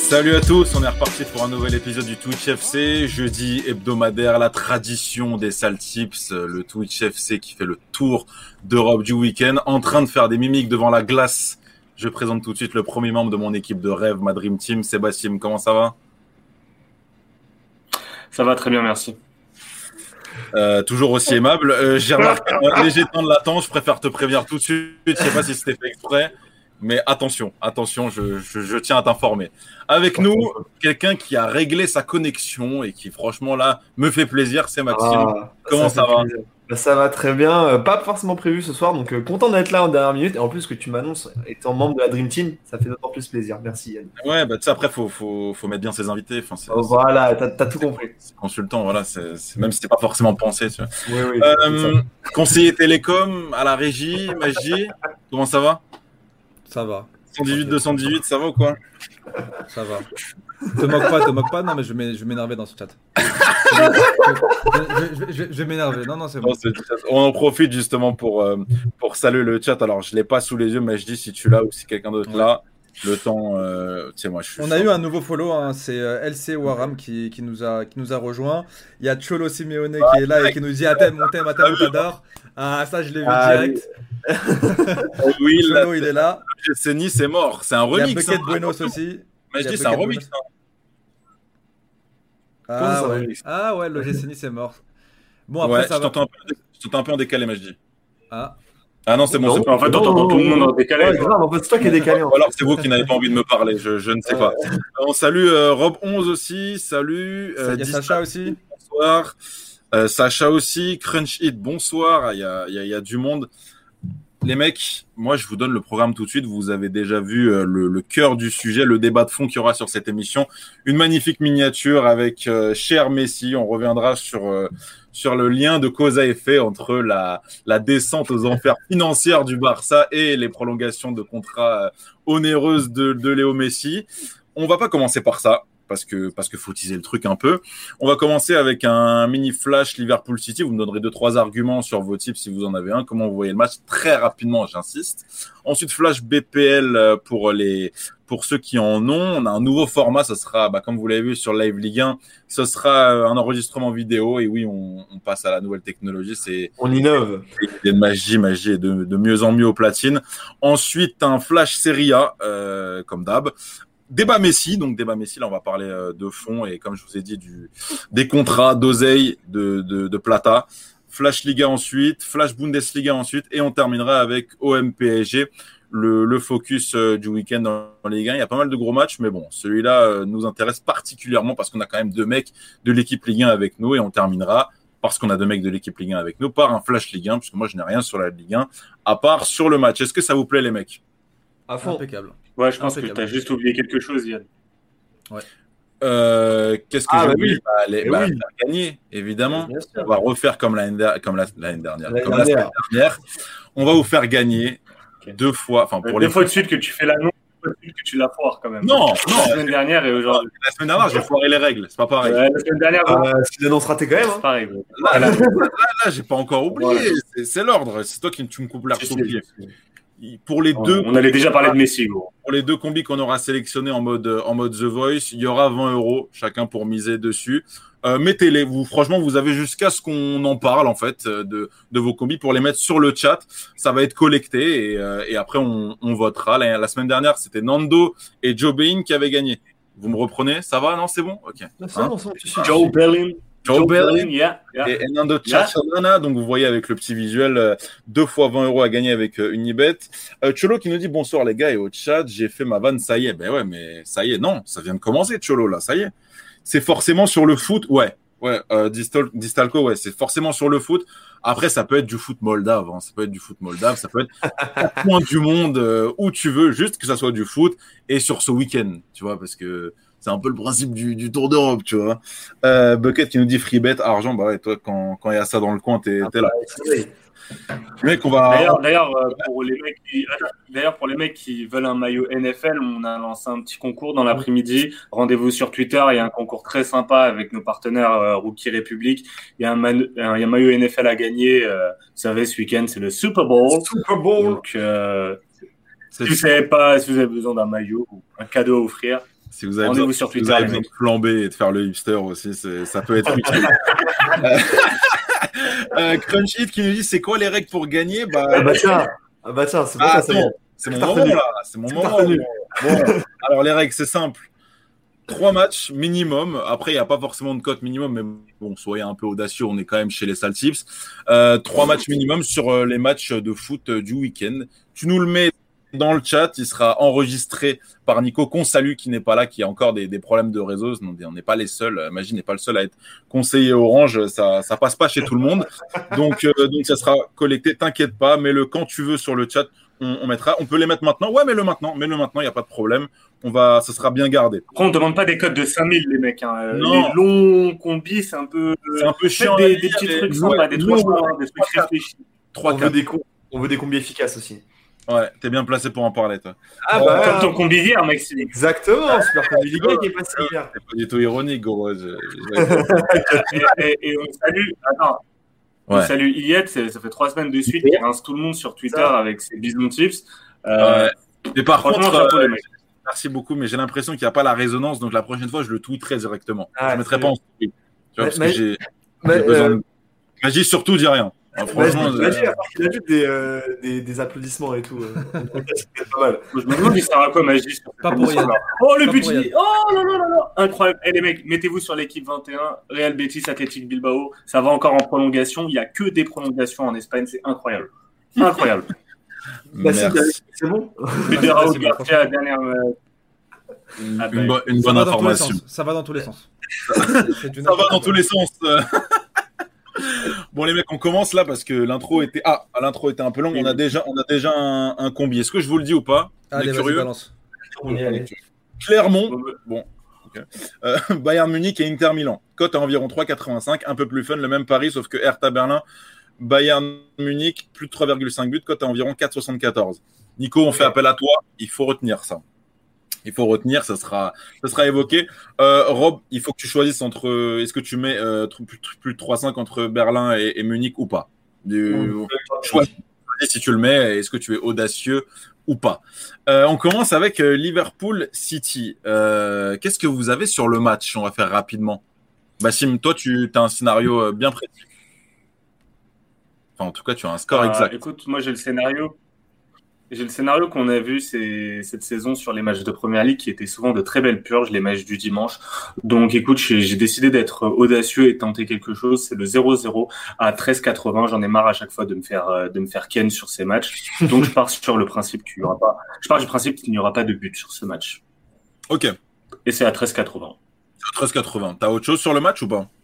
Salut à tous, on est reparti pour un nouvel épisode du Twitch FC, jeudi hebdomadaire, la tradition des sales tips, le Twitch FC qui fait le tour d'Europe du week-end, en train de faire des mimiques devant la glace. Je présente tout de suite le premier membre de mon équipe de rêve, ma Dream Team, Sébastien, comment ça va ? Ça va très bien, merci. Toujours aussi aimable. J'ai remarqué un léger temps de latence, je préfère te prévenir tout de suite, je sais pas si c'était fait exprès. Mais attention, je tiens à t'informer. Avec nous, quelqu'un qui a réglé sa connexion et qui, franchement, là, me fait plaisir, c'est Maxime. Comment ça va ? Ça va très bien. Pas forcément prévu ce soir, donc content d'être là en dernière minute. Et en plus, que tu m'annonces étant membre de la Dream Team, ça fait d'autant plus plaisir. Merci Yann. Ouais, bah tu sais, après, faut mettre bien ses invités. Enfin, voilà, t'as tout compris. Consultant, voilà, même si c'est pas forcément pensé. Tu vois. Oui. Conseiller télécom à la régie, Magie, comment ça va ? Ça va. 118-218, ça va ou quoi ? Ça va. Te moque pas. Non, mais je vais m'énerver dans ce chat. Je vais m'énerver. Non, c'est bon. On en profite justement pour saluer le chat. Alors, je l'ai pas sous les yeux, mais je dis si tu l'as ou si quelqu'un d'autre l'a. Le temps, tu sais, moi, je suis. On a eu un nouveau follow, hein, c'est LC Waram qui nous a rejoint. Il y a Cholo Simeone qui est là et qui nous dit Athème, on t'adore. Ah, ça, je l'ai vu direct. Oui, Cholo, il est là. Ceni, c'est mort. C'est un remix. Il y a Bucket Buenos aussi. Mais je dis, c'est un remix. Ah ouais, le Gesseni, c'est mort. Bon, après, ouais, ça va. Je t'entends un peu en décalé, Majdi. Ah non, c'est bon. En fait, t'entends tout le monde en décalé. Ouais, grave, en fait, c'est toi qui es décalé. Ou alors, c'est vous qui n'avez pas envie de me parler. Je ne sais pas. On salue Rob11 aussi. Salut. Il y a Sacha aussi. Bonsoir. Sacha aussi. Crunch Hit, bonsoir. Il y a du monde. Les mecs, moi, je vous donne le programme tout de suite. Vous avez déjà vu le cœur du sujet, le débat de fond qu'il y aura sur cette émission. Une magnifique miniature avec cher Messi. On reviendra sur le lien de cause à effet entre la descente aux enfers financières du Barça et les prolongations de contrats onéreuses de Léo Messi. On va pas commencer par ça. Parce que faut teaser le truc un peu. On va commencer avec un mini flash Liverpool City. Vous me donnerez 2-3 arguments sur vos tips si vous en avez un. Comment vous voyez le match ? Très rapidement, j'insiste. Ensuite, flash BPL pour ceux qui en ont. On a un nouveau format. Ça sera, comme vous l'avez vu sur Live Ligue 1, ce sera un enregistrement vidéo. Et oui, on passe à la nouvelle technologie. On innove. C'est de magie et de mieux en mieux aux platines. Ensuite, un flash Serie A, comme d'hab. Débat Messi, là on va parler de fond et comme je vous ai dit des contrats, d'oseille, de plata. Flash Liga ensuite, Flash Bundesliga ensuite et on terminera avec OM PSG, le focus du week-end dans la Ligue 1. Il y a pas mal de gros matchs, mais bon, celui-là nous intéresse particulièrement parce qu'on a quand même 2 mecs de l'équipe Ligue 1 avec nous et on terminera parce qu'on a 2 mecs de l'équipe Ligue 1 avec nous par un Flash Ligue 1 puisque moi je n'ai rien sur la Ligue 1 à part sur le match. Est-ce que ça vous plaît les mecs ? À fond. Impeccable. Ouais, je pense que tu as juste oublié quelque chose, Yann. Ouais. Qu'est-ce que j'ai oublié ? Oui. Faire gagner, évidemment. On va refaire comme la semaine dernière. On va vous faire gagner 2 fois. Enfin, pour les fois de suite que tu fais l'annonce, que tu la foires quand même. Non. La semaine dernière et aujourd'hui. La semaine dernière, j'ai foiré les règles. C'est pas pareil. La semaine dernière, c'est une annonce ratée quand même. C'est pareil. Là, j'ai pas encore oublié. Voilà. C'est l'ordre. C'est toi qui tu me coupes l'air sous le pied. Pour les deux, on allait déjà parler de Messi, gros. Pour les 2 combis qu'on aura sélectionnés en mode The Voice, il y aura 20 € chacun pour miser dessus. Mettez-les. Franchement, vous avez jusqu'à ce qu'on en parle en fait de vos combis pour les mettre sur le chat. Ça va être collecté et après on votera. La semaine dernière, c'était Nando et Joe Belling qui avaient gagné. Vous me reprenez ? Ça va ? Non, c'est bon ? Ok. Joe Belling. Yeah. Et Nando Chachalana, donc vous voyez avec le petit visuel 2 fois 20 € à gagner avec Unibet. Cholo qui nous dit bonsoir les gars et au chat, j'ai fait ma vanne, ça y est. Ben ouais, mais ça y est, non, ça vient de commencer Cholo là, ça y est. C'est forcément sur le foot, ouais. Distalco, ouais, c'est forcément sur le foot. Après, ça peut être du foot moldave, ça peut être du foot moldave, ça peut être au point du monde où tu veux, juste que ça soit du foot et sur ce week-end, tu vois, parce que c'est un peu le principe du Tour d'Europe, tu vois. Bucket qui nous dit free bet, argent, bah ouais, toi, quand il y a ça dans le coin, t'es là. Mec, on va... D'ailleurs, pour les mecs qui veulent un maillot NFL, on a lancé un petit concours dans l'après-midi. Rendez-vous sur Twitter, il y a un concours très sympa avec nos partenaires Rookie République. Il y a un maillot NFL à gagner. Vous savez, ce week-end, c'est le Super Bowl. Donc, si vous savez pas, si vous avez besoin d'un maillot ou un cadeau à offrir, Si vous avez Rendez-vous besoin, sur Twitter, vous avez les besoin mecs. de flamber et de faire le hipster aussi, ça peut être utile. Crunch Hit qui nous dit c'est quoi les règles pour gagner? Tiens, c'est bon, ça y est. Attends, c'est mon moment là, c'est mon moment. Bon, alors les règles, c'est simple. 3 matchs minimum. Après, il n'y a pas forcément de cote minimum, mais bon, soyez un peu audacieux, on est quand même chez les Saltips. 3 matchs minimum sur les matchs de foot du week-end. Tu nous le mets dans le chat, il sera enregistré par Nico, qu'on salue, qui n'est pas là, qui a encore des problèmes de réseau. On n'est pas les seuls. Magie n'est pas le seul à être conseiller Orange. Ça passe pas chez tout le monde. Donc ça sera collecté. T'inquiète pas, mets-le quand tu veux sur le chat. On mettra. On peut les mettre maintenant. Ouais, mets-le maintenant. Il n'y a pas de problème. Ça sera bien gardé. Après, on ne demande pas des codes de 5000, les mecs. Hein. Non. Les longs combis, c'est un peu chiant. Des petits trucs sympas, des trucs réfléchis. On veut des combis efficaces aussi. Ouais, t'es bien placé pour en parler, toi. Comme ton combi hier, Maxime. Exactement, super combi Liga qui est passé hier. C'est pas du tout ironique, gros. Et on salue. Attends. On salue Iliette, ça fait 3 semaines de suite qu'il rince tout le monde sur Twitter avec ses bison tips. Mais par contre, les mecs. Merci beaucoup, mais j'ai l'impression qu'il n'y a pas la résonance, donc la prochaine fois, je le tweeterai directement. Je ne mettrai pas en story. Tu vois, parce que j'ai besoin de... Magie, surtout, dis rien. Franchement, Magie, il a juste des applaudissements et tout. C'est pas mal. Je me demande, il sert à quoi Magie? Pas pour rien. Oh, le budget! Oh, non. Incroyable. Les mecs, mettez-vous sur l'équipe 21, Real Betis, Athletic Bilbao. Ça va encore en prolongation. Il n'y a que des prolongations en Espagne. C'est incroyable. Incroyable. C'est bon. Raúl Garcia, la dernière. Une bonne information. Ça va dans tous les sens. Ça va dans tous les sens. Bon les mecs, on commence là parce que l'intro était un peu longue. On a déjà un combi. Est-ce que je vous le dis ou pas? Allez, vas-y, balance. On y est. Clermont. Bon. Okay. Bayern Munich et Inter Milan. Cote à environ 3,85. Un peu plus fun, le même pari, sauf que Hertha Berlin, Bayern Munich, plus de 3,5 buts. Cote à environ 4,74. Nico, on fait appel à toi. Il faut retenir ça. Ça sera évoqué. Rob, il faut que tu choisisses entre. Est-ce que tu mets plus de 3,5 entre Berlin et Munich ou pas? Choisis si tu le mets. Est-ce que tu es audacieux ou pas? On commence avec Liverpool City. Qu'est-ce que vous avez sur le match? On va faire rapidement. Bassim, toi, tu as un scénario bien précis. Enfin, en tout cas, tu as un score exact. Écoute, moi, j'ai le scénario. J'ai le scénario qu'on a vu cette saison sur les matchs de Première Ligue qui étaient souvent de très belles purges, les matchs du dimanche. Donc écoute, j'ai décidé d'être audacieux et tenter quelque chose. C'est le 0-0 à 13,80. J'en ai marre à chaque fois de me faire ken sur ces matchs. Donc je pars sur le principe qu'il n'y aura pas. Je pars du principe qu'il n'y aura pas de but sur ce match. Ok. Et c'est à 13,80. C'est à 13,80. T'as autre chose sur le match ou pas?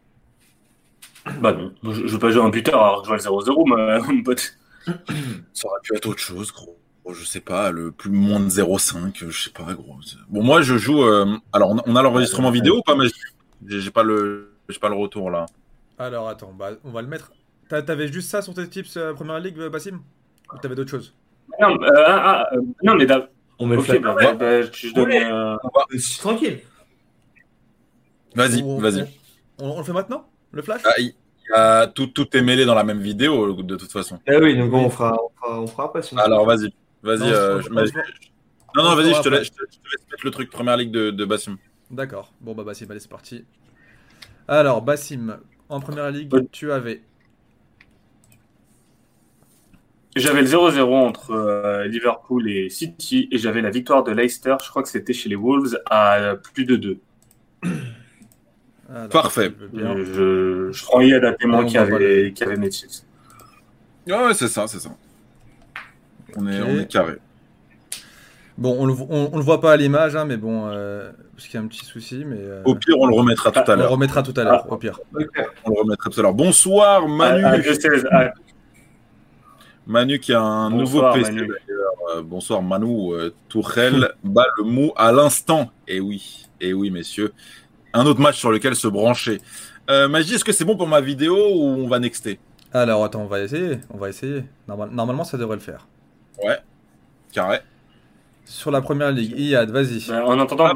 Bah non, je veux pas jouer un buteur alors que je vois le 0-0, mon pote. Ça aurait pu être autre chose, gros. Je sais pas, le plus moins de 0,5, je sais pas, gros. Bon, moi, je joue. Alors, on a l'enregistrement vidéo ou pas? Mais j'ai pas le retour là. Alors, attends, on va le mettre. T'avais juste ça sur tes tips Première Ligue, Bassim? Ou t'avais d'autres choses? Non, mais on met okay, je donne. Tranquille. Vas-y. On le fait maintenant? Le flash? Tout est mêlé dans la même vidéo de toute façon. Eh oui, donc on fera après. Alors vas-y. Non, vas-y, je te laisse mettre le truc Première Ligue de Bassim. D'accord. Bon bah Bassim, allez c'est parti. Alors Bassim, en Première Ligue, tu avais. J'avais le 0-0 entre Liverpool et City et j'avais la victoire de Leicester, je crois que c'était chez les Wolves, à plus de 2. Alors, parfait. Je prends Yad à témoin qui avait mes tips. Ouais, c'est ça. On est carré. Bon, on le voit pas à l'image, hein, mais bon, parce qu'il y a un petit souci. Mais au pire, on le remettra tout à l'heure. On le remettra tout à l'heure, au pire. On le remettra tout à l'heure. Bonsoir, Manu. Manu qui a un nouveau PC d'ailleurs. Bonsoir, Manu. Tourelle bat le mou à l'instant. Et oui, messieurs. Un autre match sur lequel se brancher. Magie, est-ce que c'est bon pour ma vidéo ou on va nexter? Alors, attends, on va essayer. Normalement, ça devrait le faire. Ouais, carré. Sur la Première Ligue, Iyad, vas-y. En entendant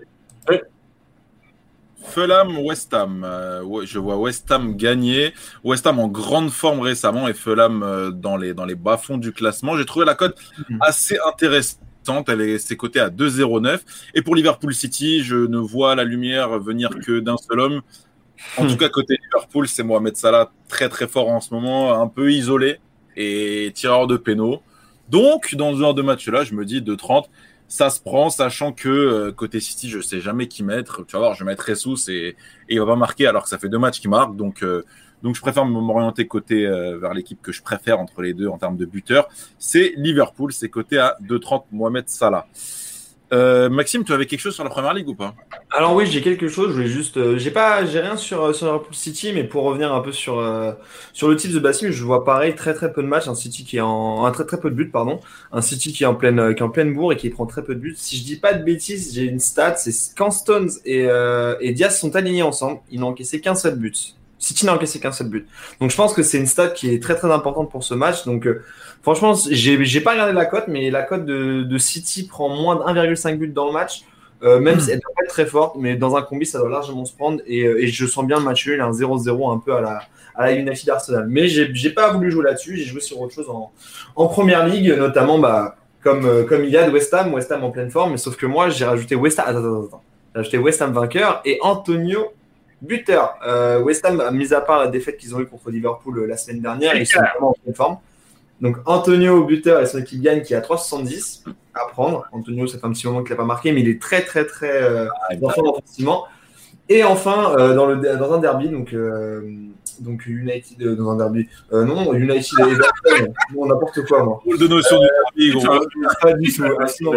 Fulham, West Ham. Je vois West Ham gagner. West Ham en grande forme récemment et Fulham dans les bas-fonds du classement. J'ai trouvé la cote assez intéressante. c'est coté à 2,09. Et pour Liverpool City, je ne vois la lumière venir que d'un seul homme. En tout cas, côté Liverpool, c'est Mohamed Salah, très très fort en ce moment, un peu isolé et tireur de pénaux. Donc, dans ce genre de match-là, je me dis 2,30, ça se prend, sachant que côté City, je sais jamais qui mettre. Tu vas voir, je vais mettre Jesus et il va pas marquer alors que ça fait 2 matchs qu'il marque. Donc, je préfère m'orienter côté vers l'équipe que je préfère entre les deux en termes de buteur. C'est Liverpool, c'est coté à 2,30 Mohamed Salah. Maxime, tu avais quelque chose sur la Première Ligue ou pas? Alors oui, j'ai quelque chose. Je voulais juste, j'ai rien sur Liverpool City, mais pour revenir un peu sur le tips de Bassim, je vois pareil très très peu de matchs. Un City qui est un très très peu de buts, pardon. Un City qui est en pleine bourre et qui prend très peu de buts. Si je dis pas de bêtises, j'ai une stat, c'est quand Stones et Diaz sont alignés ensemble, ils n'ont encaissé qu'un seul but. City n'a encaissé qu'un seul but. Donc je pense que c'est une stat qui est très très importante pour ce match. Donc franchement, j'ai pas regardé la cote, mais la cote de City prend moins de 1,5 but dans le match. Même si elle doit pas être très forte, mais dans un combi, ça doit largement se prendre. Et je sens bien le match nul, un 0-0 un peu à la United Arsenal. Mais j'ai pas voulu jouer là-dessus. J'ai joué sur autre chose en Première Ligue, notamment comme il y a de West Ham en pleine forme. Mais sauf que moi, j'ai rajouté West Ham. Attends. J'ai rajouté West Ham vainqueur et Antonio buteur. West Ham, mis à part la défaite qu'ils ont eue contre Liverpool la semaine dernière, ils sont vraiment en pleine forme. Donc Antonio buteur et son équipe gagne qui est à 3,70 à prendre. Antonio, ça fait un petit moment qu'il n'a pas marqué, mais il est très très très fort offensivement. Et enfin, dans un derby, donc United dans un derby. Non, United et Everton. Non, n'importe quoi, moi. De notion du derby, gros. Pas du tout.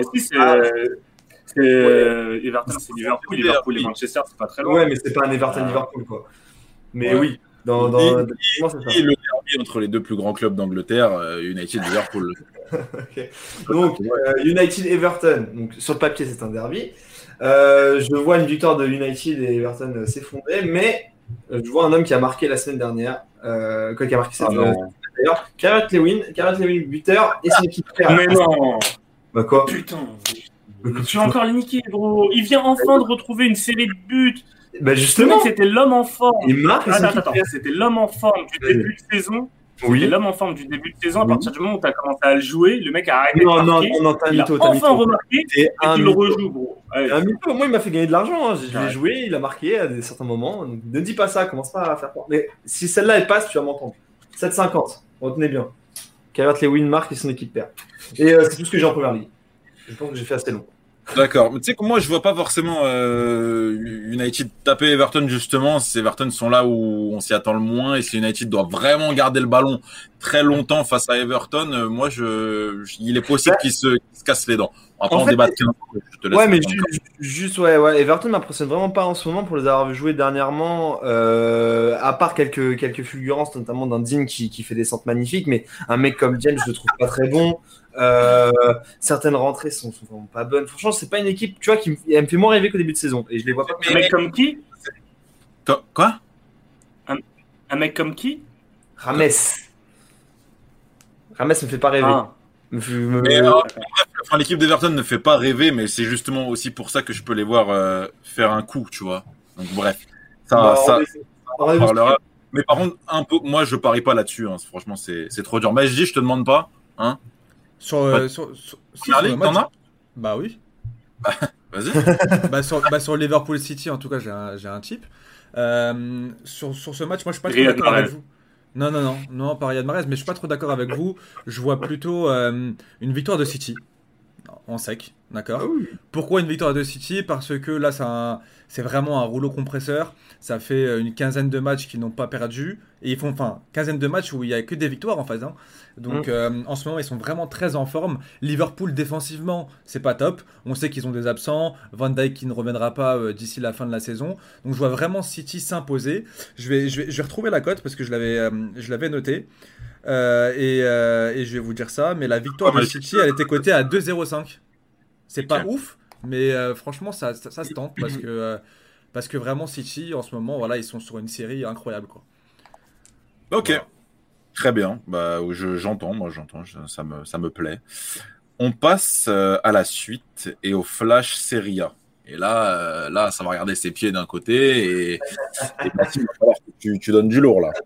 Everton, c'est Liverpool. Liverpool et Manchester, c'est pas très loin. Ouais, mais c'est pas un Everton-Liverpool, quoi. Mais oui. Dans le derby entre les deux plus grands clubs d'Angleterre, United et Liverpool. Okay. Donc, United-Everton. Donc, sur le papier, c'est un derby. Je vois une victoire de United et Everton s'effondrer, mais je vois un homme qui a marqué la semaine dernière. Qui a marqué cette d'ailleurs. Gareth Lewin, buteur, et son équipe perd. Mais non. Bah quoi? Putain. Tu as encore les niquer, gros. Il vient enfin de retrouver une série de buts. Bah justement, c'était l'homme en forme. Il marque. Attends, c'était l'homme en forme du début de saison. Oui. C'était l'homme en forme du début de saison. À partir du moment où tu as commencé à le jouer, le mec a arrêté de marquer. Non, t'as il mytho, a enfin remarqué et tu le rejoues, gros. Un mytho. Moi, il m'a fait gagner de l'argent. Hein. Je l'ai joué, il a marqué à certains moments. Donc, ne dis pas ça, commence pas à faire peur. Mais si celle-là, elle passe, tu vas m'entendre. 7,50. Retenez bien. Gareth Lewin marque et son équipe perd. Et c'est tout ce que j'ai en Première Ligue. Je pense que j'ai fait assez long. D'accord, mais tu sais que moi je vois pas forcément United taper Everton justement. Si Everton sont là où on s'y attend le moins et si United doit vraiment garder le ballon très longtemps face à Everton, moi il est possible qu'il se casse les dents. Après on débat de 15 ans, je te laisse. Ouais, mais juste ouais. Everton m'impressionne vraiment pas en ce moment pour les avoir joués dernièrement, à part quelques fulgurances, notamment d'un Dean qui fait des centres magnifiques, mais un mec comme James, je le trouve pas très bon. Certaines rentrées sont vraiment pas bonnes. Franchement, c'est pas une équipe, tu vois, elle me fait moins rêver qu'au début de saison. Et je les vois pas. Un mec comme qui? Quoi? Un mec comme qui? Rames me fait pas rêver. L'équipe d'Everton ne fait pas rêver, mais c'est justement aussi pour ça que je peux les voir faire un coup, tu vois. Donc bref, on parlera. Mais par contre, moi je parie pas là-dessus. Hein. Franchement, c'est trop dur. Mais je te demande pas, hein. Sur Ligue, t'en as? Bah oui. Vas-y. Sur Liverpool City, en tout cas, j'ai un type. Sur ce match, moi je suis pas trop d'accord avec vous. Non, pas Riyad Mahrez, mais je suis pas trop d'accord avec vous. Je vois plutôt une victoire de City en sec, d'accord. Ah oui. Pourquoi une victoire de City? Parce que là, c'est vraiment un rouleau compresseur. Ça fait une quinzaine de matchs qu'ils n'ont pas perdu. Et ils font, quinzaine de matchs où il n'y a que des victoires en phase. Hein. Donc en ce moment, ils sont vraiment très en forme. Liverpool, défensivement, c'est pas top. On sait qu'ils ont des absents. Van Dijk qui ne reviendra pas d'ici la fin de la saison. Donc je vois vraiment City s'imposer. Je vais retrouver la cote parce que je l'avais noté. Et je vais vous dire ça. Mais la victoire de City, elle était cotée à 2,05. C'est pas ouf, mais franchement, ça se tente parce que vraiment City, en ce moment, voilà, ils sont sur une série incroyable, quoi. Ok, voilà. Très bien. Bah, j'entends, ça me plaît. On passe à la suite et au Flash Serie A. Et là, ça va regarder ses pieds d'un côté et Maxime, il va falloir que tu donnes du lourd là.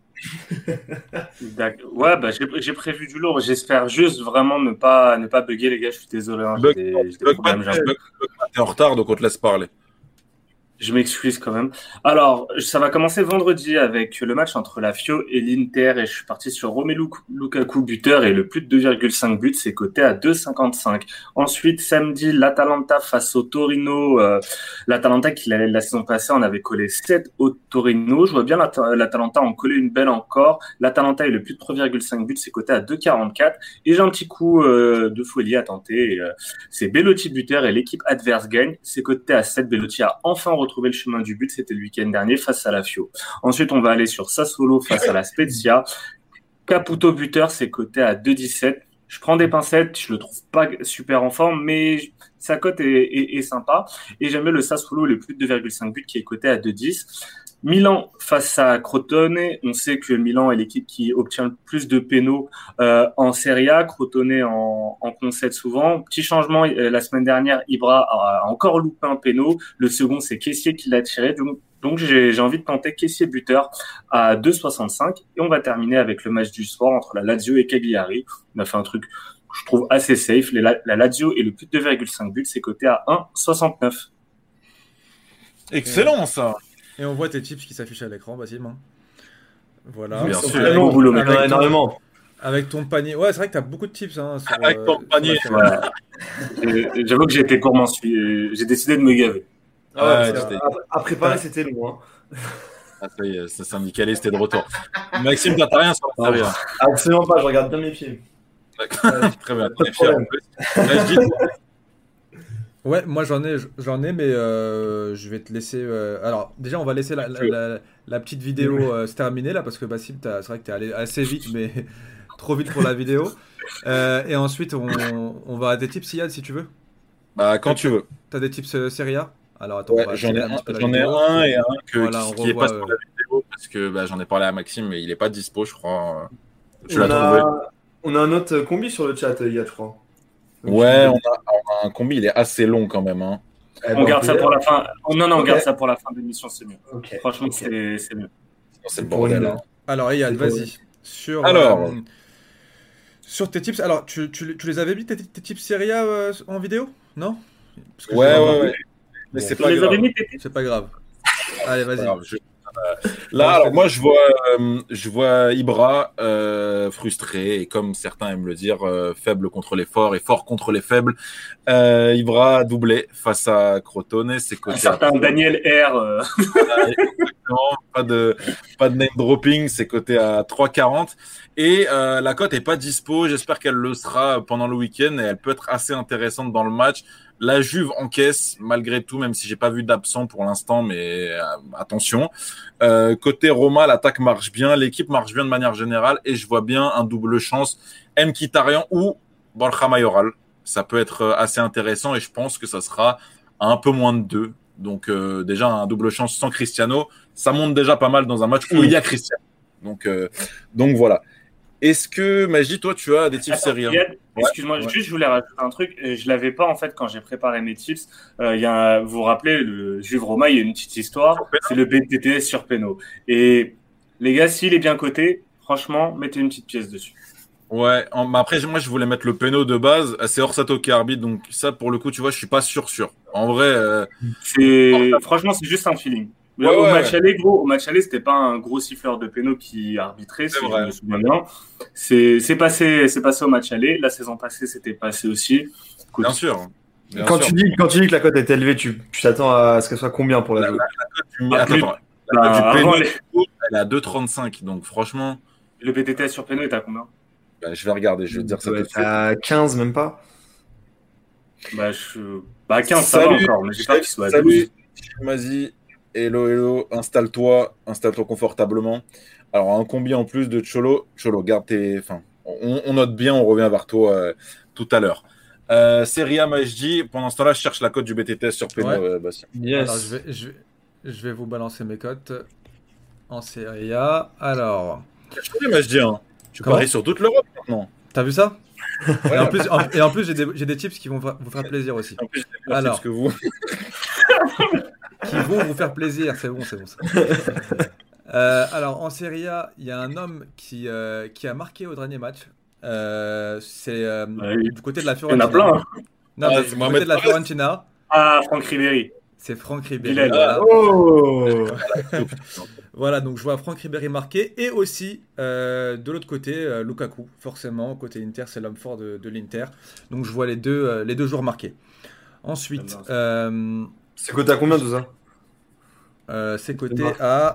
Ouais, bah, j'ai prévu du lourd. J'espère juste vraiment ne pas bugger, les gars. Je suis désolé. Hein, j'ai des problèmes. T'es en retard, donc on te laisse parler. Je m'excuse quand même. Alors, ça va commencer vendredi avec le match entre la Fio et l'Inter et je suis parti sur Romelu Lukaku buteur et le plus de 2,5 buts, c'est coté à 2,55. Ensuite, samedi, l'Atalanta face au Torino. L'Atalanta qui la saison passée en avait collé 7 au Torino. Je vois bien l'Atalanta en coller une belle encore. L'Atalanta et le plus de 3,5 buts, c'est coté à 2,44. Et j'ai un petit coup de folie à tenter. C'est Belotti buteur et l'équipe adverse gagne. C'est coté à 7. Belotti a enfin retrouvé le chemin du but, c'était le week-end dernier face à la Fio. Ensuite, on va aller sur Sassuolo face à la Spezia. Caputo buteur, c'est coté à 2,17. Je prends des pincettes, je le trouve pas super en forme, mais sa cote est sympa. Et j'aime bien le Sassuolo, le plus de 2,5 buts qui est coté à 2,10. Milan face à Crotone, on sait que Milan est l'équipe qui obtient le plus de pénaux en Serie A, Crotone en concède souvent. Petit changement, la semaine dernière, Ibra a encore loupé un pénal. Le second, c'est Kessié qui l'a tiré. Donc j'ai envie de tenter Kessié buteur à 2,65. Et on va terminer avec le match du soir entre la Lazio et Cagliari. On a fait un truc que je trouve assez safe. La Lazio et le plus de 2,5 buts, c'est coté à 1,69. Excellent ça. Et on voit tes tips qui s'affichent à l'écran, Basile. Voilà. Bien sûr. Avec, boulot, mais avec énormément. Avec ton panier. Ouais, c'est vrai que tu as beaucoup de tips. Hein, avec ton panier. Voilà. J'avoue que j'ai été gourmand. J'ai décidé de me gaver. À préparer, c'était loin. Ah, ça y est, ce syndicaliste est de retour. Maxime, t'as rien sur la série. Absolument pas, je regarde bien mes pieds. Très bien, t'es fier en plus. Ouais, moi j'en ai, mais je vais te laisser. Alors, déjà, on va laisser la petite vidéo se terminer là, parce que Basile, c'est vrai que t'es allé assez vite, mais trop vite pour la vidéo. Et ensuite, on va à des tips, Yann, si tu veux. Bah, quand tu veux. T'as des tips Serie A? Alors, attends, ouais, j'en ai un et un voilà, qui est pas sur la vidéo, parce que j'en ai parlé à Maxime, mais il est pas dispo, je crois. Tu l'as trouvé. On a un autre combi sur le chat, Yann, je crois. Ouais, on a un combi, il est assez long quand même. Hein. On garde ça pour la fin. Non, on garde ça pour la fin de l'émission, c'est mieux. Okay. Franchement, c'est mieux. C'est le bordel. Hein. Alors, Yann, vas-y. Sur tes tips, alors, tu les avais mis tes tips Serie A en vidéo? Non? Ouais. Mais c'est pas grave. C'est pas grave. Allez, vas-y. Là, alors moi, je vois Ibra frustré et comme certains aiment le dire, faible contre les forts et fort contre les faibles. Ibra doublé face à Crotone, c'est côté. Certain Daniel R. pas de name dropping, c'est coté à 3,40 et la cote est pas dispo. J'espère qu'elle le sera pendant le week-end et elle peut être assez intéressante dans le match. La Juve encaisse malgré tout, même si j'ai pas vu d'absent pour l'instant, mais attention. Côté Roma, l'attaque marche bien, l'équipe marche bien de manière générale et je vois bien un double chance Mkhitaryan ou Borja Mayoral. Ça peut être assez intéressant et je pense que ça sera à un peu moins de 2. Donc déjà un double chance sans Cristiano, ça monte déjà pas mal dans un match où il y a Cristiano. Donc voilà. Est-ce que Magie, toi, tu as des tips Serie A? Excuse-moi, juste je voulais rajouter un truc. Je l'avais pas en fait quand j'ai préparé mes tips. Vous vous rappelez, le Juve Roma, il y a une petite histoire. C'est le BTTS sur Péno. Et les gars, s'il est bien coté, franchement, mettez une petite pièce dessus. Ouais. Après, moi, je voulais mettre le Péno de base. C'est Orsato qui arbitre, donc ça, pour le coup, tu vois, je suis pas sûr. En vrai, franchement, c'est juste un feeling. Au match aller, c'était pas un gros siffleur de péno qui arbitrait, si je me souviens bien. C'est passé au match aller. La saison passée, c'était passé aussi. Écoute, bien sûr. Quand tu dis que la cote est élevée, tu t'attends à ce qu'elle soit combien pour la jouer? La cote du péno, elle est à 2,35. Donc franchement. Le BTTS sur péno est à combien? Je vais regarder, je vais te dire ça tout de suite. À 15, même pas. 15, ça va encore, mais j'ai pas qu'il soit à 12. Vas-y. Hello, installe-toi confortablement. Alors, un combi en plus de Cholo, garde tes... Enfin, on note bien, on revient vers toi tout à l'heure. Serie A, Majdi, pendant ce temps-là, je cherche la cote du BTTS sur Péno. Yes. Alors, je vais vous balancer mes cotes en Serie A. Alors... Je connais Majdi, hein. Tu paries sur toute l'Europe maintenant. T'as vu ça? Et en plus j'ai des tips qui vont vous faire plaisir aussi. En plus, j'ai des tips que vous. qui vont vous faire plaisir. C'est bon, c'est bon. Alors, en Serie A, il y a un homme qui a marqué au dernier match. C'est du côté de la Il y en a Fiorentina. plein. Hein. Non, mais c'est du côté de la Fiorentina. Ah, Franck Ribéry. C'est Franck Ribéry. Bilal. Voilà. Oh Voilà, donc je vois Franck Ribéry marquer. Et aussi, de l'autre côté, Lukaku. Forcément, côté Inter, c'est l'homme fort de l'Inter. Donc je vois les deux joueurs marqués. Ensuite, C'est coté à combien tout ça? c'est coté à...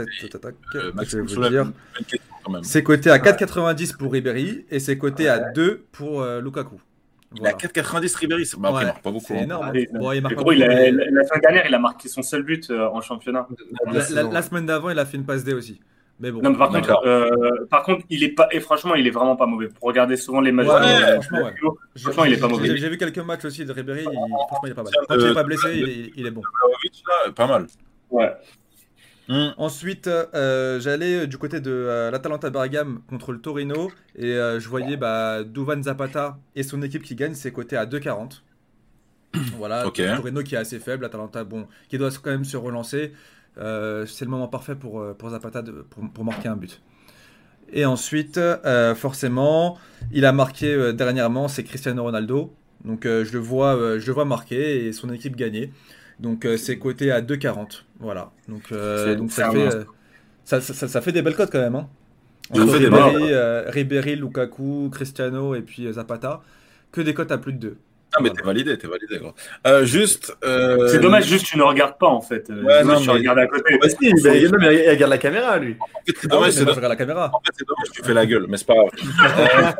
Je vais vous dire. Une question quand même. C'est coté à 4,90 pour Ribéry et c'est coté à 2 pour Lukaku. Il a Voilà. 4,90 Ribéry. Après, Ouais, il marque pas beaucoup. c'est hein. énorme. Et- Bon, il marque Et pas gros, beaucoup, mais la semaine dernière, il a marqué son seul but en championnat. la semaine d'avant, il a fait une passe D aussi. Mais bon. Non, mais D'accord. par contre, il est pas. Et franchement, il est vraiment pas mauvais. Pour regarder souvent les matchs. Ouais, de- franchement, ouais. Franchement, il est pas mauvais. J'ai vu quelques matchs aussi de Ribéry. Franchement, il est pas mal. Tiens, Quand il n'est pas blessé, il est bon. Vlahovic, là, pas mal. Ouais. Ensuite, j'allais du côté de l'Atalanta Bergame contre le Torino et je voyais Duvan Zapata et son équipe qui gagne, c'est coté à 2,40. Voilà, Ok. le Torino qui est assez faible, l'Atalanta qui doit quand même se relancer. C'est le moment parfait pour Zapata pour marquer un but. Et ensuite, forcément, il a marqué dernièrement, c'est Cristiano Ronaldo. Donc je le vois marquer et son équipe gagner. Donc c'est coté à 2,40. Voilà. Donc C'est ça un fait monstre. ça fait des belles cotes quand même. Hein. Ça Entre fait des Ribéry, Lukaku, Cristiano et puis Zapata, que des cotes à plus de 2. Ah, mais Voilà. t'es validé, gros. Juste. C'est dommage, juste tu ne regardes pas en fait. Ouais, non, Tu mais- regardes à côté. Bah si, non, mais il regarde la caméra, lui. En fait, c'est Ah oui, dommage, mais c'est moi, je regarde la caméra. En fait, c'est dommage, tu fais la gueule, mais c'est pas grave.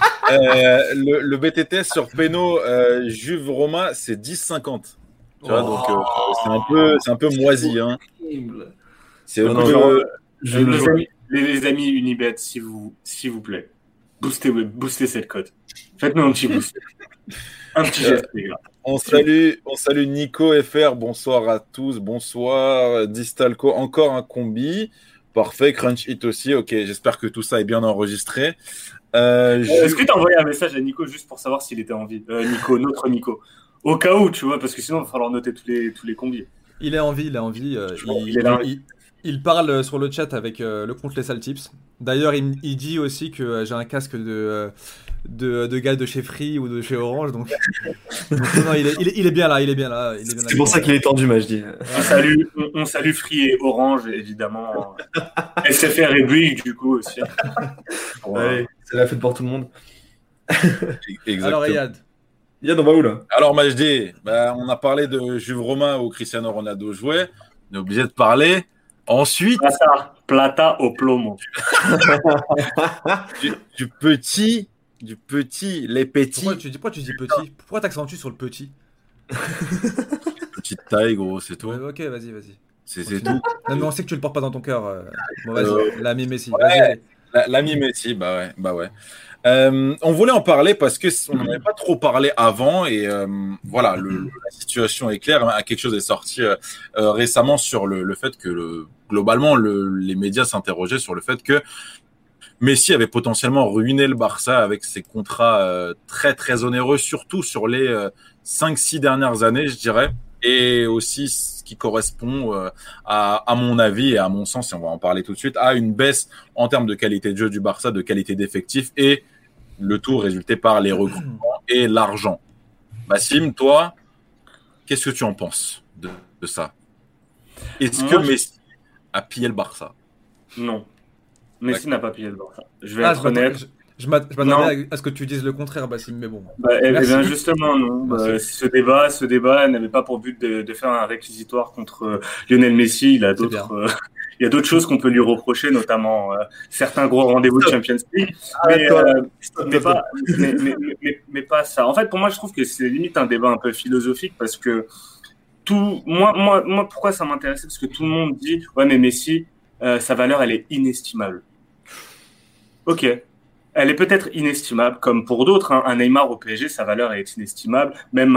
Le BTTS sur Peno, Juve Roma, c'est 10,50. Tu vois, donc c'est un peu moisi. Hein. C'est Non, un non, peu- genre, Je le les, joue. amis, les amis Unibet, s'il vous plaît, boostez cette cote. Faites-nous un petit boost. Un petit geste, les gars. on salue Nico FR, bonsoir à tous, bonsoir Distalco, encore un combi. Parfait, Crunch Hit aussi, ok, j'espère que tout ça est bien enregistré. Est-ce que tu as envoyé un message à Nico juste pour savoir s'il était en vie Nico, notre Nico. Au cas où, tu vois, parce que sinon, il va falloir noter tous les combis. Il est en vie, il est en vie. Il est là. Il parle sur le chat avec le compte Les Sales Tips. D'ailleurs, il dit aussi que j'ai un casque de gars de chez Free ou de chez Orange. Donc, non, il est bien là. Il est bien là. C'est pour ça qu'il est tendu, je dis. On salue Free et Orange, évidemment. SFR et Bouygues, du coup, aussi. Allez, c'est la fête pour tout le monde. Exactement. Alors, Riyad. Yann, on va où là? Alors, Majdi, on a parlé de Juve Roma où Cristiano Ronaldo jouait. On est obligé de parler. Ensuite, Plata au plomo. du petit, les petits. Pourquoi tu dis petit? Pourquoi t'accentues sur le petit? Petite taille, gros, c'est tout. Ouais, ok, vas-y. C'est Continue. tout. Non, mais on sait que tu le portes pas dans ton cœur. Bon, vas-y, l'ami Messi. Ouais. Vas-y, allez. L'ami Messi, bah ouais. On voulait en parler parce que on n'en avait pas trop parlé avant et voilà, la situation est claire. Hein, quelque chose est sorti récemment sur le fait que globalement les médias s'interrogeaient sur le fait que Messi avait potentiellement ruiné le Barça avec ses contrats très très onéreux, surtout sur les 5-6 dernières années, je dirais, et aussi ce qui correspond à mon avis et à mon sens, et on va en parler tout de suite, à une baisse en termes de qualité de jeu du Barça, de qualité d'effectif, et le tout résulté par les recrutements et l'argent. Bassim, toi, qu'est-ce que tu en penses de ça? Est-ce que Messi a pillé le Barça? Non. Messi n'a pas pillé le Barça. Je vais Ah, être honnête. Je m'attendais à ce que tu dises le contraire, Bassim, mais bon. Eh Merci. bien, justement, non. Merci. Ce débat n'avait pas pour but de faire un réquisitoire contre Lionel Messi. Il a C'est bien. il y a d'autres choses qu'on peut lui reprocher, notamment certains gros rendez-vous de Champions League. Mais pas ça. En fait, pour moi, je trouve que c'est limite un débat un peu philosophique parce que moi, pourquoi ça m'intéressait? Parce que tout le monde dit, ouais, mais Messi, sa valeur, elle est inestimable. Ok. elle est peut-être inestimable, comme pour d'autres. Hein. Un Neymar au PSG, sa valeur est inestimable. Même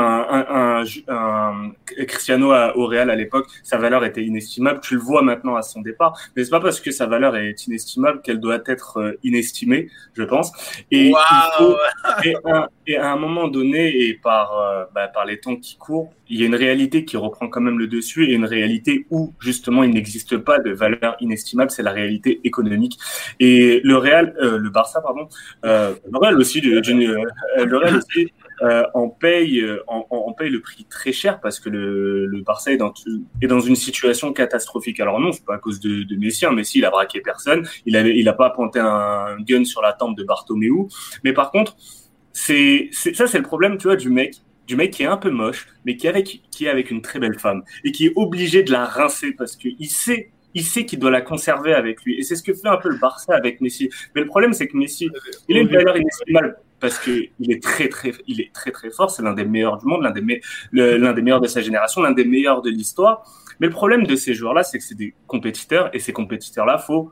un Cristiano au Real à l'époque, sa valeur était inestimable. Tu le vois maintenant à son départ. Mais c'est pas parce que sa valeur est inestimable qu'elle doit être inestimée, je pense. Et Wow. il faut, et à un moment donné, et par les temps qui courent, il y a une réalité qui reprend quand même le dessus et une réalité où justement il n'existe pas de valeur inestimable, c'est la réalité économique. Et le Barça, pardon, le Real aussi, le Real aussi en paye le prix très cher parce que le Barça est dans une situation catastrophique. Alors non, c'est pas à cause de Messi. Hein. Messi, il a braqué personne. Il a pas pointé un gun sur la tempe de Bartomeu. Mais par contre, c'est le problème, tu vois, du mec qui est un peu moche, mais qui est avec une très belle femme et qui est obligé de la rincer parce que il sait qu'il doit la conserver avec lui. Et c'est ce que fait un peu le Barça avec Messi. Mais le problème, c'est que Messi, il a une valeur inestimable parce que il est très très fort. C'est l'un des meilleurs du monde, l'un des meilleurs de sa génération, l'un des meilleurs de l'histoire. Mais le problème de ces joueurs-là, c'est que c'est des compétiteurs et ces compétiteurs-là, faut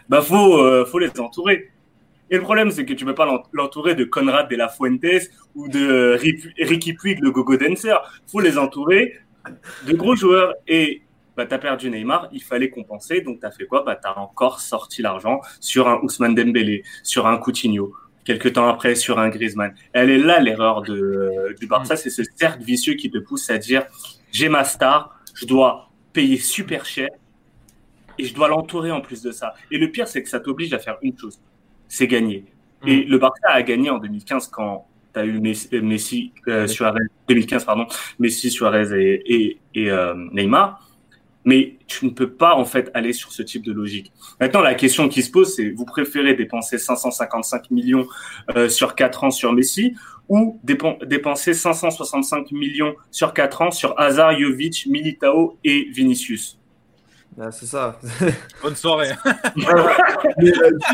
les entourer. Et le problème, c'est que tu peux pas l'entourer de Conrad de la Fuentes ou de Ricky Puig, le gogo dancer. Faut les entourer de gros joueurs. Et t'as perdu Neymar, il fallait compenser. Donc t'as fait quoi? T'as encore sorti l'argent sur un Ousmane Dembélé, sur un Coutinho. Quelques temps après, sur un Griezmann. Elle est là l'erreur du Barça, c'est ce cercle vicieux qui te pousse à dire j'ai ma star, je dois payer super cher et je dois l'entourer en plus de ça. Et le pire, c'est que ça t'oblige à faire une chose. C'est gagner. Et le Barça a gagné en 2015 quand tu as eu Messi, Suarez, 2015, pardon, Messi, Suarez et Neymar. Mais tu ne peux pas, en fait, aller sur ce type de logique. Maintenant, la question qui se pose, c'est vous préférez dépenser 555 millions sur 4 ans sur Messi ou dépenser 565 millions sur 4 ans sur Hazard, Jovic, Militao et Vinicius? Ah, c'est ça. Bonne soirée. Mais,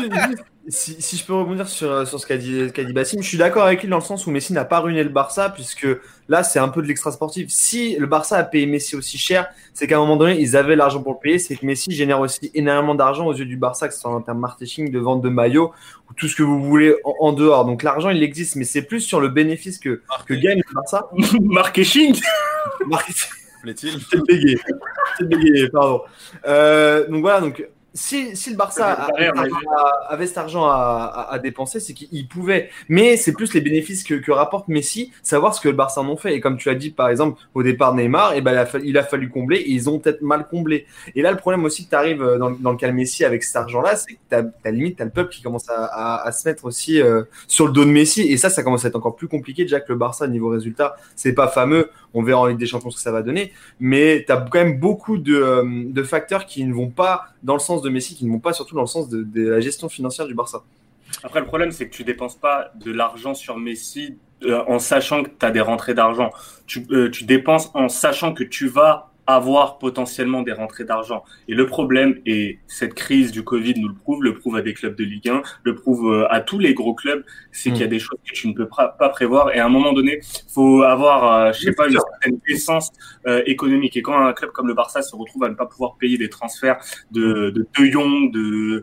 si je peux rebondir sur ce qu'a dit Bassim, je suis d'accord avec lui dans le sens où Messi n'a pas ruiné le Barça, puisque là, c'est un peu de l'extra sportif. Si le Barça a payé Messi aussi cher, c'est qu'à un moment donné, ils avaient l'argent pour le payer. C'est que Messi génère aussi énormément d'argent aux yeux du Barça, que ce soit en termes marketing, de vente de maillots, ou tout ce que vous voulez en dehors. Donc l'argent, il existe, mais c'est plus sur le bénéfice que gagne le Barça. Marketing. Plaît-il? C'est bégayé, pardon. Donc voilà, donc si le Barça avait cet argent à dépenser, c'est qu'il pouvait. Mais c'est plus les bénéfices que rapporte Messi, savoir ce que le Barça en ont fait. Et comme tu as dit, par exemple, au départ de Neymar, il a fallu combler et ils ont peut-être mal comblé. Et là, le problème aussi que tu arrives dans le cas de Messi avec cet argent-là, c'est que t'as le peuple qui commence à se mettre aussi sur le dos de Messi. Et ça commence à être encore plus compliqué. Déjà que le Barça, niveau résultat, c'est pas fameux. On verra en Ligue des Champions ce que ça va donner. Mais tu as quand même beaucoup de facteurs qui ne vont pas dans le sens de Messi, qui ne vont pas surtout dans le sens de la gestion financière du Barça. Après, le problème, c'est que tu dépenses pas de l'argent sur Messi en sachant que tu as des rentrées d'argent. Tu dépenses en sachant que tu vas avoir potentiellement des rentrées d'argent. Et le problème, et cette crise du Covid nous le prouve à des clubs de Ligue 1, le prouve à tous les gros clubs, c'est qu'il y a des choses que tu ne peux pas prévoir. Et à un moment donné, faut avoir, une certaine essence économique. Et quand un club comme le Barça se retrouve à ne pas pouvoir payer des transferts de Jong,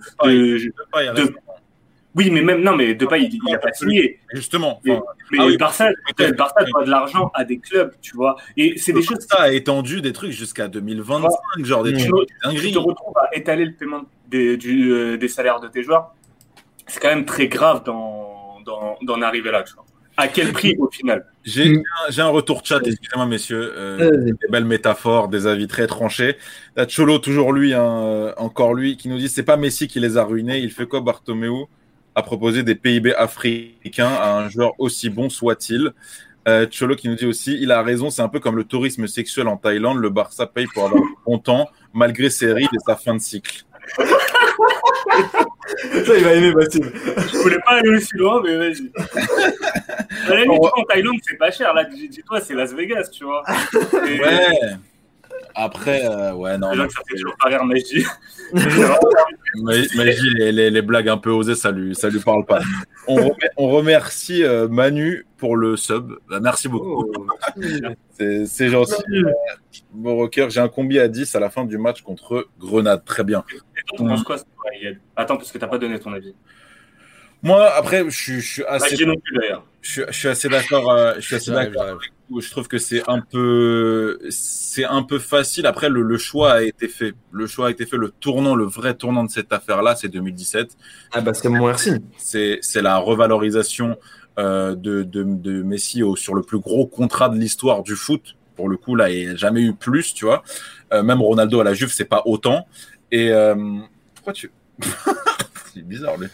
oui, mais même, non, mais Depay, il n'a pas signé. Justement. Mais le Barça doit de l'argent à des clubs, tu vois. Et c'est des choses. Ça a étendu des trucs jusqu'à 2025, genre des trucs dingueries. Tu te retrouves à étaler le paiement des salaires de tes joueurs. C'est quand même très grave d'en arriver là, tu vois. À quel prix au final? J'ai un retour chat, excusez-moi messieurs, des belles métaphores, des avis très tranchés. Là, Cholo, toujours lui, encore lui, qui nous dit c'est pas Messi qui les a ruinés, il fait quoi Bartomeu à proposer des PIB africains à un joueur aussi bon soit-il. Cholo qui nous dit aussi il a raison, c'est un peu comme le tourisme sexuel en Thaïlande, le Barça paye pour avoir content malgré ses rides et sa fin de cycle. Ça, il va aimer Bastille. Je voulais pas aller aussi loin, mais vas-y. À la limite, en Thaïlande, c'est pas cher. Là, dis-toi, c'est Las Vegas, tu vois. Et... Ouais. Après, ouais, non. Déjà que ça fait toujours pas rire Magie. Magie, les blagues un peu osées, ça lui parle pas. On remercie Manu pour le sub. Merci beaucoup. C'est gentil. Bon, Rocker, j'ai un combi à 10 à la fin du match contre Grenade. Très bien. Et toi, tu penses quoi? Attends, parce que t'as pas donné ton avis. Moi, après, je suis assez, Pas non plus d'ailleurs. je suis assez d'accord. Je suis assez d'accord avec vous. Je trouve que c'est un peu facile. Après, le choix a été fait. Le choix a été fait. Le vrai tournant de cette affaire-là, c'est 2017. Ah bah c'est mon merci. C'est la revalorisation de Messi sur le plus gros contrat de l'histoire du foot. Pour le coup, là, il n'y a jamais eu plus, tu vois. Même Ronaldo à la Juve, c'est pas autant. Et pourquoi tu... C'est bizarre, lui.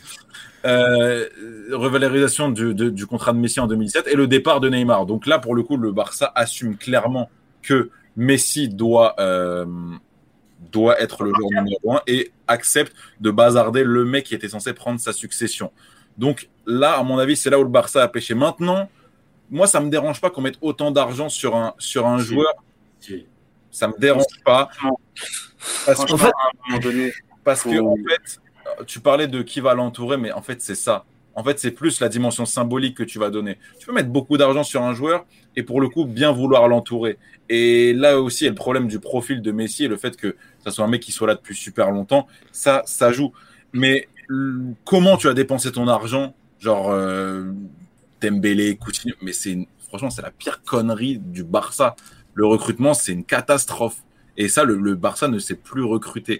Revalorisation du contrat de Messi en 2017 et le départ de Neymar. Donc là, pour le coup, le Barça assume clairement que Messi doit être le joueur numéro 1 et accepte de bazarder le mec qui était censé prendre sa succession. Donc là, à mon avis, c'est là où le Barça a pêché. Maintenant, moi, ça me dérange pas qu'on mette autant d'argent sur un joueur. Ça me dérange pas. Parce qu'en fait, à un moment donné, en fait, tu parlais de qui va l'entourer, mais en fait, c'est ça. En fait, c'est plus la dimension symbolique que tu vas donner. Tu peux mettre beaucoup d'argent sur un joueur et pour le coup, bien vouloir l'entourer. Et là aussi, il y a le problème du profil de Messi et le fait que ça soit un mec qui soit là depuis super longtemps. Ça joue. Mais comment tu as dépensé ton argent? Genre, Dembélé, Coutinho. Mais franchement, c'est la pire connerie du Barça. Le recrutement, c'est une catastrophe. Et ça, le Barça ne sait plus recruter.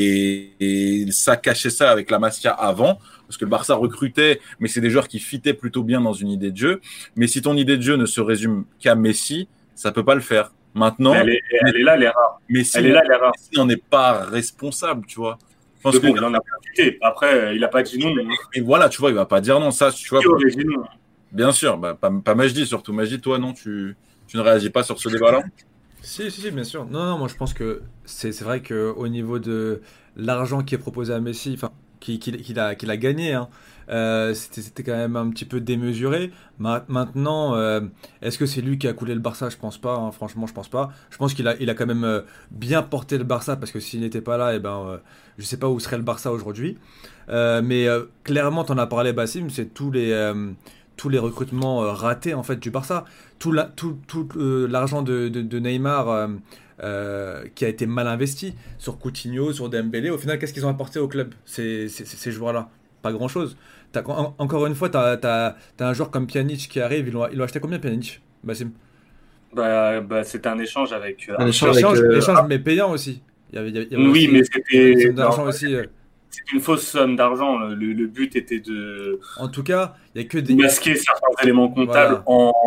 Et ça cachait ça avec la Masia avant, parce que le Barça recrutait, mais c'est des joueurs qui fitaient plutôt bien dans une idée de jeu. Mais si ton idée de jeu ne se résume qu'à Messi, ça peut pas le faire. Maintenant, elle est là l'erreur. Messi, elle est là l'erreur. Messi n'en est pas responsable, tu vois. Parce que il en a pas quitté. Après, il a pas dit non. Et voilà, tu vois, il va pas dire non. Ça, tu vois. Dit non. Bien sûr, pas Majdi surtout. Majdi, toi, non, tu ne réagis pas sur ce débat-là? Si, bien sûr. Non, moi je pense que c'est vrai qu'au niveau de l'argent qui est proposé à Messi, enfin, qu'il a gagné, hein, c'était quand même un petit peu démesuré. Maintenant, est-ce que c'est lui qui a coulé le Barça? Je pense pas, hein, franchement, je pense pas. Je pense qu'il a quand même bien porté le Barça parce que s'il n'était pas là, je sais pas où serait le Barça aujourd'hui. Mais clairement, t'en as parlé, Bassim, c'est tous les recrutements ratés en fait du Barça, tout l'argent de Neymar qui a été mal investi sur Coutinho, sur Dembélé. Au final, qu'est-ce qu'ils ont apporté au club ces joueurs-là? Pas grand-chose. Encore une fois, t'as un joueur comme Pjanic qui arrive. Ils l'ont acheté combien, Pjanic, Bassim? C'était un échange avec Un échange mais payant aussi. Il y avait oui, aussi, mais c'était d'argent aussi. C'est une fausse somme d'argent. Le but était de En tout cas, il y a que des masquer certains éléments comptables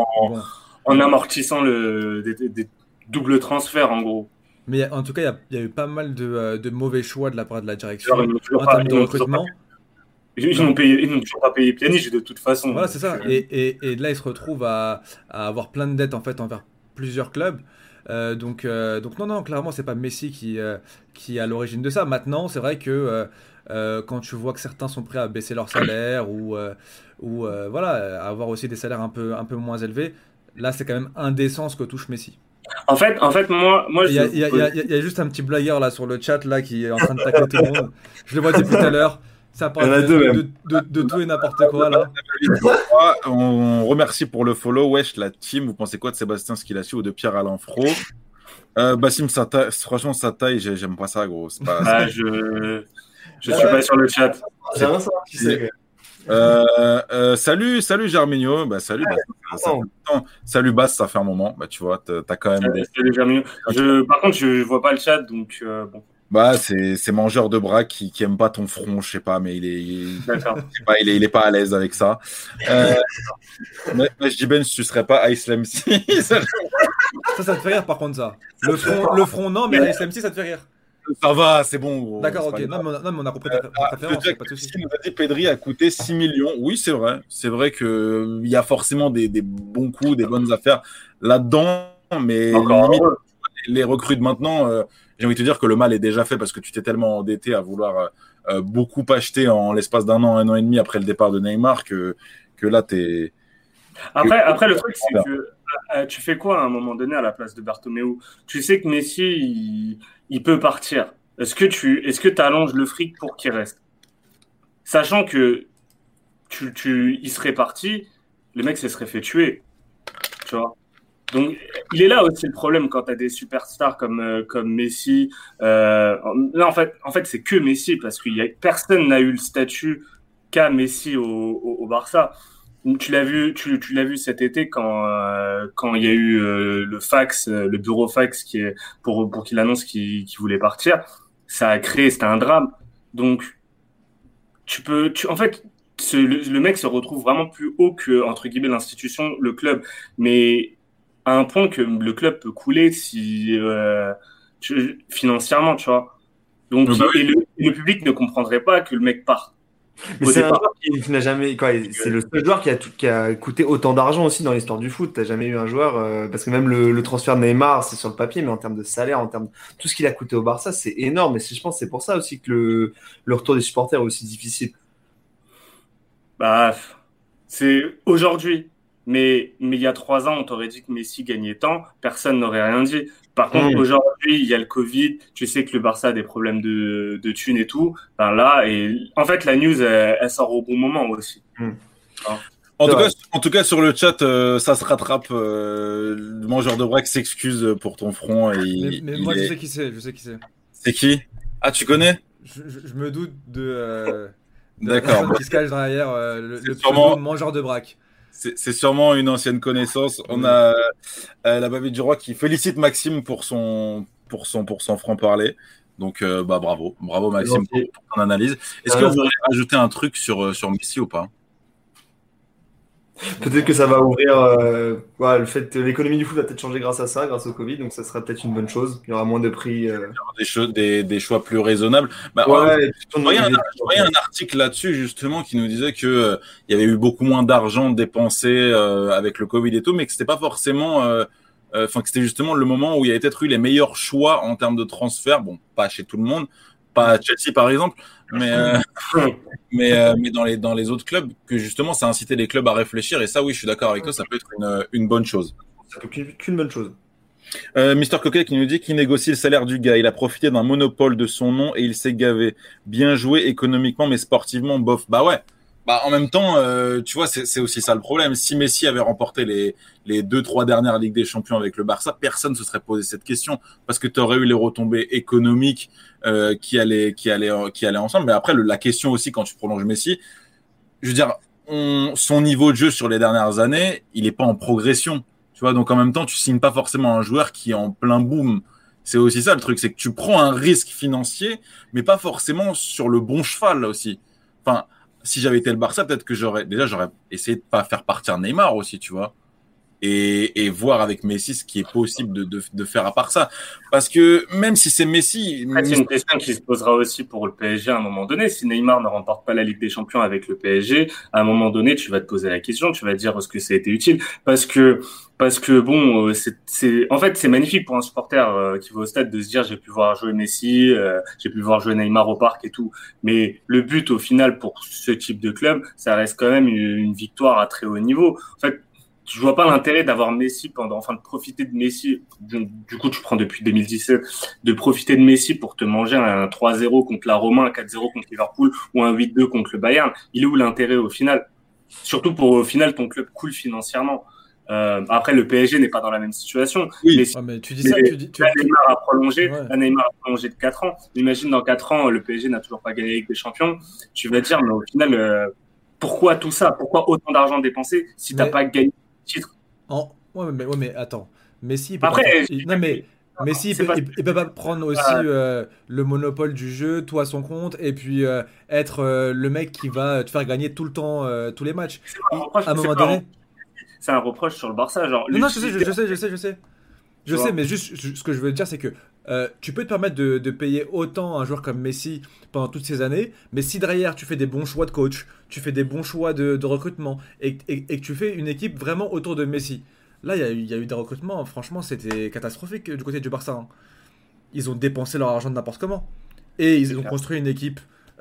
en amortissant des doubles transferts, en gros. Mais en tout cas, il y a eu pas mal de mauvais choix de la part de la direction en termes de recrutement. Ils n'ont toujours pas payé Pjanic de toute façon. Voilà, c'est ça. Et là, ils se retrouvent à avoir plein de dettes en fait envers plusieurs clubs. Donc non, clairement, c'est pas Messi qui est à l'origine de ça. Maintenant, c'est vrai que quand tu vois que certains sont prêts à baisser leur salaire ou voilà, à avoir aussi des salaires un peu moins élevés, là, c'est quand même indécent ce que touche Messi. En fait, moi, il y a juste un petit blagueur là sur le chat là qui est en train de tacler tout le monde. Je le vois depuis tout à l'heure. Ça parle de tout et n'importe quoi là. On remercie pour le follow. Wesh, la team. Vous pensez quoi de Sébastien Skilassi ou de Pierre-Alain Fro? Bassim, franchement, sa taille, j'aime pas ça, gros. C'est pas... je suis pas sur le chat. J'aimerais savoir qui c'est. Salut Germinho. Salut. Salut Bass, ça fait un moment. Tu vois, t'as quand même. Salut Germinho. Par contre, je vois pas le chat, donc bon. C'est mangeur de bras qui aime pas ton front, je sais pas, mais il est pas à l'aise avec ça. Mais je dis Ben, tu serais pas Ice MC. Ça te fait rire par contre ça. Le front non, mais Ice MC ça te fait rire. Ça va, c'est bon. Gros. D'accord, ok. Non, mais on a compris ta préférence, pas de souci. Il nous a dit Pedri a coûté 6 millions. Oui, c'est vrai. C'est vrai qu'il y a forcément des bons coups, des bonnes affaires là-dedans, mais limite, les recrues de maintenant, j'ai envie de te dire que le mal est déjà fait parce que tu t'es tellement endetté à vouloir beaucoup acheter en l'espace d'un an et demi après le départ de Neymar que là, t'es. Après, le truc, c'est que tu fais quoi à un moment donné à la place de Bartomeu? Tu sais que Messi, il peut partir. Est-ce que tu allonges le fric pour qu'il reste? Sachant que il serait parti, le mec se serait fait tuer. Tu vois? Donc, il est là aussi le problème quand tu as des superstars comme Messi. Là, en fait, c'est que Messi parce que personne n'a eu le statut qu'a Messi au Barça. Tu l'as vu cet été quand il y a eu le bureau fax pour qu'il annonce qu'il voulait partir. C'était un drame. Donc en fait, le mec se retrouve vraiment plus haut que entre guillemets l'institution, le club, mais à un point que le club peut couler si financièrement, tu vois. Donc Bah oui. et le public ne comprendrait pas que le mec parte. Mais Au c'est un départ, joueur qui n'a jamais. C'est le seul joueur qui a coûté autant d'argent aussi dans l'histoire du foot. T'as jamais eu un joueur. Parce que même le transfert de Neymar, c'est sur le papier, mais en termes de salaire, en termes de tout ce qu'il a coûté au Barça, c'est énorme. Et je pense que c'est pour ça aussi que le retour des supporters est aussi difficile. bah, c'est aujourd'hui. Mais il y a 3 ans, on t'aurait dit que Messi gagnait tant, personne n'aurait rien dit. Par contre, Mmh. aujourd'hui, il y a le Covid, tu sais que le Barça a des problèmes de thunes et tout. Ben là, et en fait, la news, elle sort au bon moment aussi. Mmh. Hein. En tout cas, sur le chat, ça se rattrape. Le mangeur de braque s'excuse pour ton front. Mais moi, je sais qui c'est. Je sais qui c'est. C'est qui? Ah, tu connais? Je me doute de la D'accord. personne qui se cache derrière le Sûrement, pseudo mangeur de braque. c'est sûrement une ancienne connaissance. On Oui. a la Babette du Roi qui félicite Maxime pour son franc-parler. Donc, bah, bravo Maxime pour ton analyse. Est-ce que vous voulez rajouter un truc sur Messi ou pas? Peut-être que ça va ouvrir. Le fait l'économie du foot va peut-être changer grâce à ça, grâce au Covid. Donc ça sera peut-être une bonne chose. Il y aura moins de prix. Des choix plus raisonnables. Bah, Ouais, et puis je voyais un article là-dessus justement qui nous disait que il y avait eu beaucoup moins d'argent dépensé avec le Covid et tout, mais que c'était pas forcément, enfin que c'était justement le moment où il y avait peut-être eu les meilleurs choix en termes de transfert. Bon, pas chez tout le monde, pas à Chelsea par exemple, mais mais dans les autres clubs, que justement ça a incité les clubs à réfléchir. Et ça, oui, je suis d'accord avec toi, ça peut être une bonne chose. ça peut qu'une bonne chose. Mister Coquet qui nous dit qu'il négocie le salaire du gars. Il a profité d'un monopole de son nom et il s'est gavé. Bien joué économiquement, mais sportivement, bof. Bah ouais. Bah en même temps, tu vois, c'est aussi ça le problème. Si Messi avait remporté les 2-3 dernières Ligues des Champions avec le Barça, personne se serait posé cette question parce que tu aurais eu les retombées économiques qui allaient ensemble. Mais après, la question aussi quand tu prolonges Messi, je veux dire, son niveau de jeu sur les dernières années, il est pas en progression. Tu vois, donc en même temps, tu signes pas forcément un joueur qui est en plein boom. C'est aussi ça le truc, c'est que tu prends un risque financier, mais pas forcément sur le bon cheval là aussi. Enfin, si j'avais été le Barça, peut-être que j'aurais essayé de pas faire partir Neymar aussi, tu vois. Et voir avec Messi ce qui est possible de faire à part ça. Parce que même si c'est Messi, C'est une question qui se posera aussi pour le PSG à un moment donné. Si Neymar ne remporte pas la Ligue des Champions avec le PSG, à un moment donné, tu vas te poser la question, tu vas te dire est-ce que ça a été utile? Parce que bon, en fait, c'est magnifique pour un supporter qui va au stade de se dire j'ai pu voir jouer Messi, j'ai pu voir jouer Neymar au parc et tout. Mais le but au final pour ce type de club, ça reste quand même une victoire à très haut niveau. En fait, je vois pas l'intérêt d'avoir Messi de profiter de Messi. Du coup, tu prends depuis 2017, de profiter de Messi pour te manger un 3-0 contre la Roma, un 4-0 contre Liverpool ou un 8-2 contre le Bayern. Il est où l'intérêt au final? Surtout pour au final ton club coule financièrement. Après, le PSG n'est pas dans la même situation. Oui. Mais, Ouais, mais tu dis ça, Neymar a prolongé, ouais. Neymar a prolongé de 4 ans. Imagine dans 4 ans, le PSG n'a toujours pas gagné la Ligue des Champions. Tu vas dire, mais au final, pourquoi tout ça? Pourquoi autant d'argent dépensé si t'as Mais pas gagné le titre? ouais, mais attends. Messi, il peut pas Après, non, mais Messi, c'est pas il peut pas prendre aussi le monopole du jeu, tout à son compte, et puis être le mec qui va te faire gagner tout le temps, tous les matchs. un reproche, À un moment donné. c'est un reproche sur le Barça. Genre, Non, je sais. Je sais, vois. mais juste ce que je veux dire, c'est que tu peux te permettre de payer autant un joueur comme Messi pendant toutes ces années, mais si derrière tu fais des bons choix de coach, tu fais des bons choix de recrutement, et que tu fais une équipe vraiment autour de Messi. Là, il y a eu des recrutements, franchement, c'était catastrophique du côté du Barça. Hein. Ils ont dépensé leur argent de n'importe comment. Et ils ont construit une équipe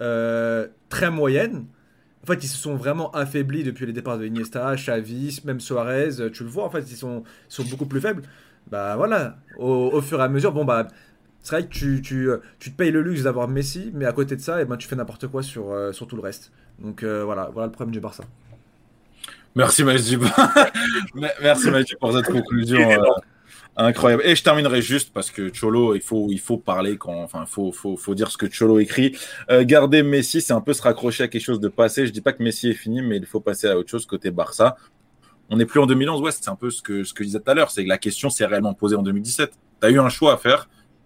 très moyenne. En fait, ils se sont vraiment affaiblis depuis les départs de Iniesta, Xavi, même Suarez. Tu le vois, en fait, ils sont beaucoup plus faibles. Bah voilà, au fur et à mesure, bon bah, c'est vrai que tu te payes le luxe d'avoir Messi, mais à côté de ça, et ben, tu fais n'importe quoi sur tout le reste. Donc voilà le problème du Barça. Merci Majid. Merci Majid pour cette conclusion Incroyable. Et je terminerai juste parce que Cholo, il faut parler faut dire ce que Cholo écrit. Garder Messi, c'est un peu se raccrocher à quelque chose de passé. Je dis pas que Messi est fini, mais il faut passer à autre chose côté Barça. On n'est plus en 2011, ouais, c'est un peu ce que je disais tout à l'heure. C'est que la question s'est réellement posée en 2017. T'as eu un choix à faire.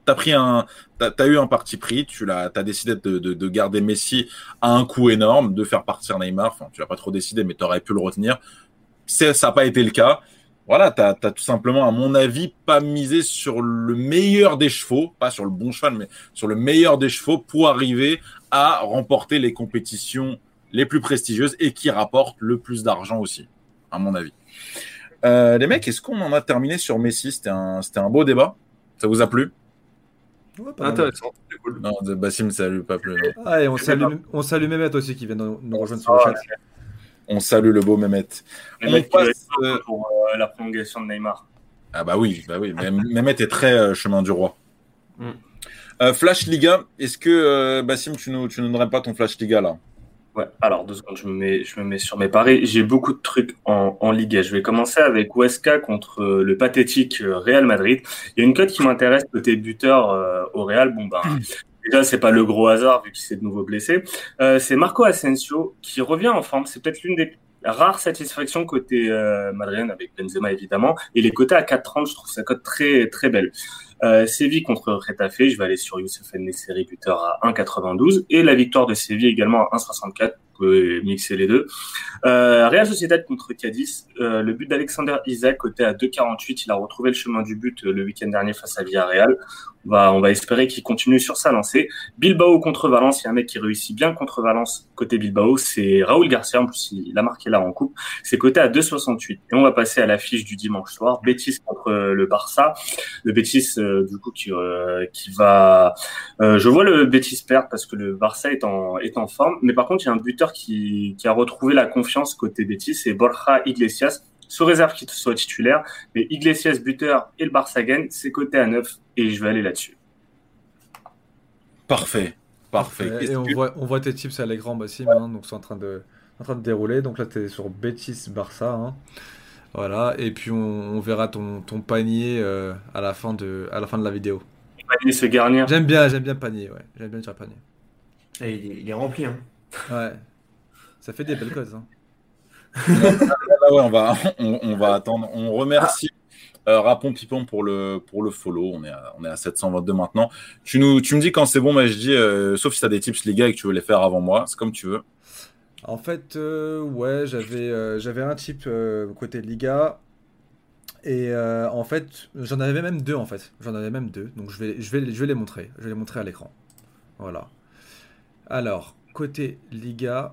T'as eu un parti pris. T'as décidé de garder Messi à un coût énorme, de faire partir Neymar. Enfin, tu l'as pas trop décidé, mais t'aurais pu le retenir. Ça n'a pas été le cas. Voilà, t'as tout simplement, à mon avis, pas misé sur le meilleur des chevaux, pas sur le bon cheval, mais sur le meilleur des chevaux pour arriver à remporter les compétitions les plus prestigieuses et qui rapportent le plus d'argent aussi, à mon avis. Les mecs, est-ce qu'on en a terminé sur Messi? C'était un beau débat. Ça vous a plu? Ouais, pas mal. Intéressant, c'est cool. Non, Bassim, ça lui pas plu. Non. Ah, et on salue Mehmet aussi qui vient de nous rejoindre sur le chat. On salue le beau Mehmet. Mehmet On qui doit passe, être pour la prolongation de Neymar. Ah bah oui. Mehmet est très chemin du roi. Flash Liga, est-ce que Bassim, tu nous donnerais pas ton Flash Liga là? Ouais, alors 2 secondes, je me mets sur mes paris. J'ai beaucoup de trucs en Liga. Je vais commencer avec Huesca contre le pathétique Real Madrid. Il y a une cote qui m'intéresse côté buteur au Real. Bon, déjà, c'est pas le gros hasard vu qu'il s'est de nouveau blessé. C'est Marco Asensio qui revient en forme. C'est peut-être l'une des rares satisfactions côté madrilène avec Benzema évidemment. Et les cotés à 4,30, je trouve sa cote très très belle. Séville contre Retafe, je vais aller sur Youssef En-Nesyri, buteur à 1,92 et la victoire de Séville également à 1,64. Vous pouvez mixer les deux. Real Sociedad contre Cadiz, le but d'Alexander Isak coté à 2,48. Il a retrouvé le chemin du but le week-end dernier face à Villarreal. On va espérer qu'il continue sur sa lancée. Bilbao contre Valence, il y a un mec qui réussit bien contre Valence côté Bilbao, c'est Raúl Garcia. En plus, il a marqué là en coupe. C'est coté à 2,68. Et on va passer à l'affiche du dimanche soir. Betis contre le Barça. Le Betis, du coup, qui va. Je vois le Betis perdre parce que le Barça est en forme. Mais par contre, il y a un buteur qui a retrouvé la confiance côté Betis, c'est Borja Iglesias. Sous réserve qu'il soit titulaire, mais Iglesias buteur et le Barça gagne, c'est coté à 9 et je vais aller là-dessus. Parfait. Et on voit tes tips à l'écran, Bassim, hein, donc c'est en train de dérouler. Donc là, tu es sur Betis Barça. Hein. Voilà, et puis on verra ton panier à la fin de la vidéo. Le panier se garnir. J'aime bien panier, ouais. J'aime bien dire panier. Et il est rempli, hein. Ouais. Ça fait des belles causes, hein. Là, ouais, on va attendre. On remercie Rapon Pipon pour le follow. On est à 722 maintenant. Tu me dis quand c'est bon, mais je dis, sauf si tu as des tips Liga et que tu veux les faire avant moi, c'est comme tu veux. En fait, ouais, j'avais un tip côté Liga. Et en fait, j'en avais même deux en fait. Donc je vais les montrer. Je vais les montrer à l'écran. Voilà. Alors, côté Liga.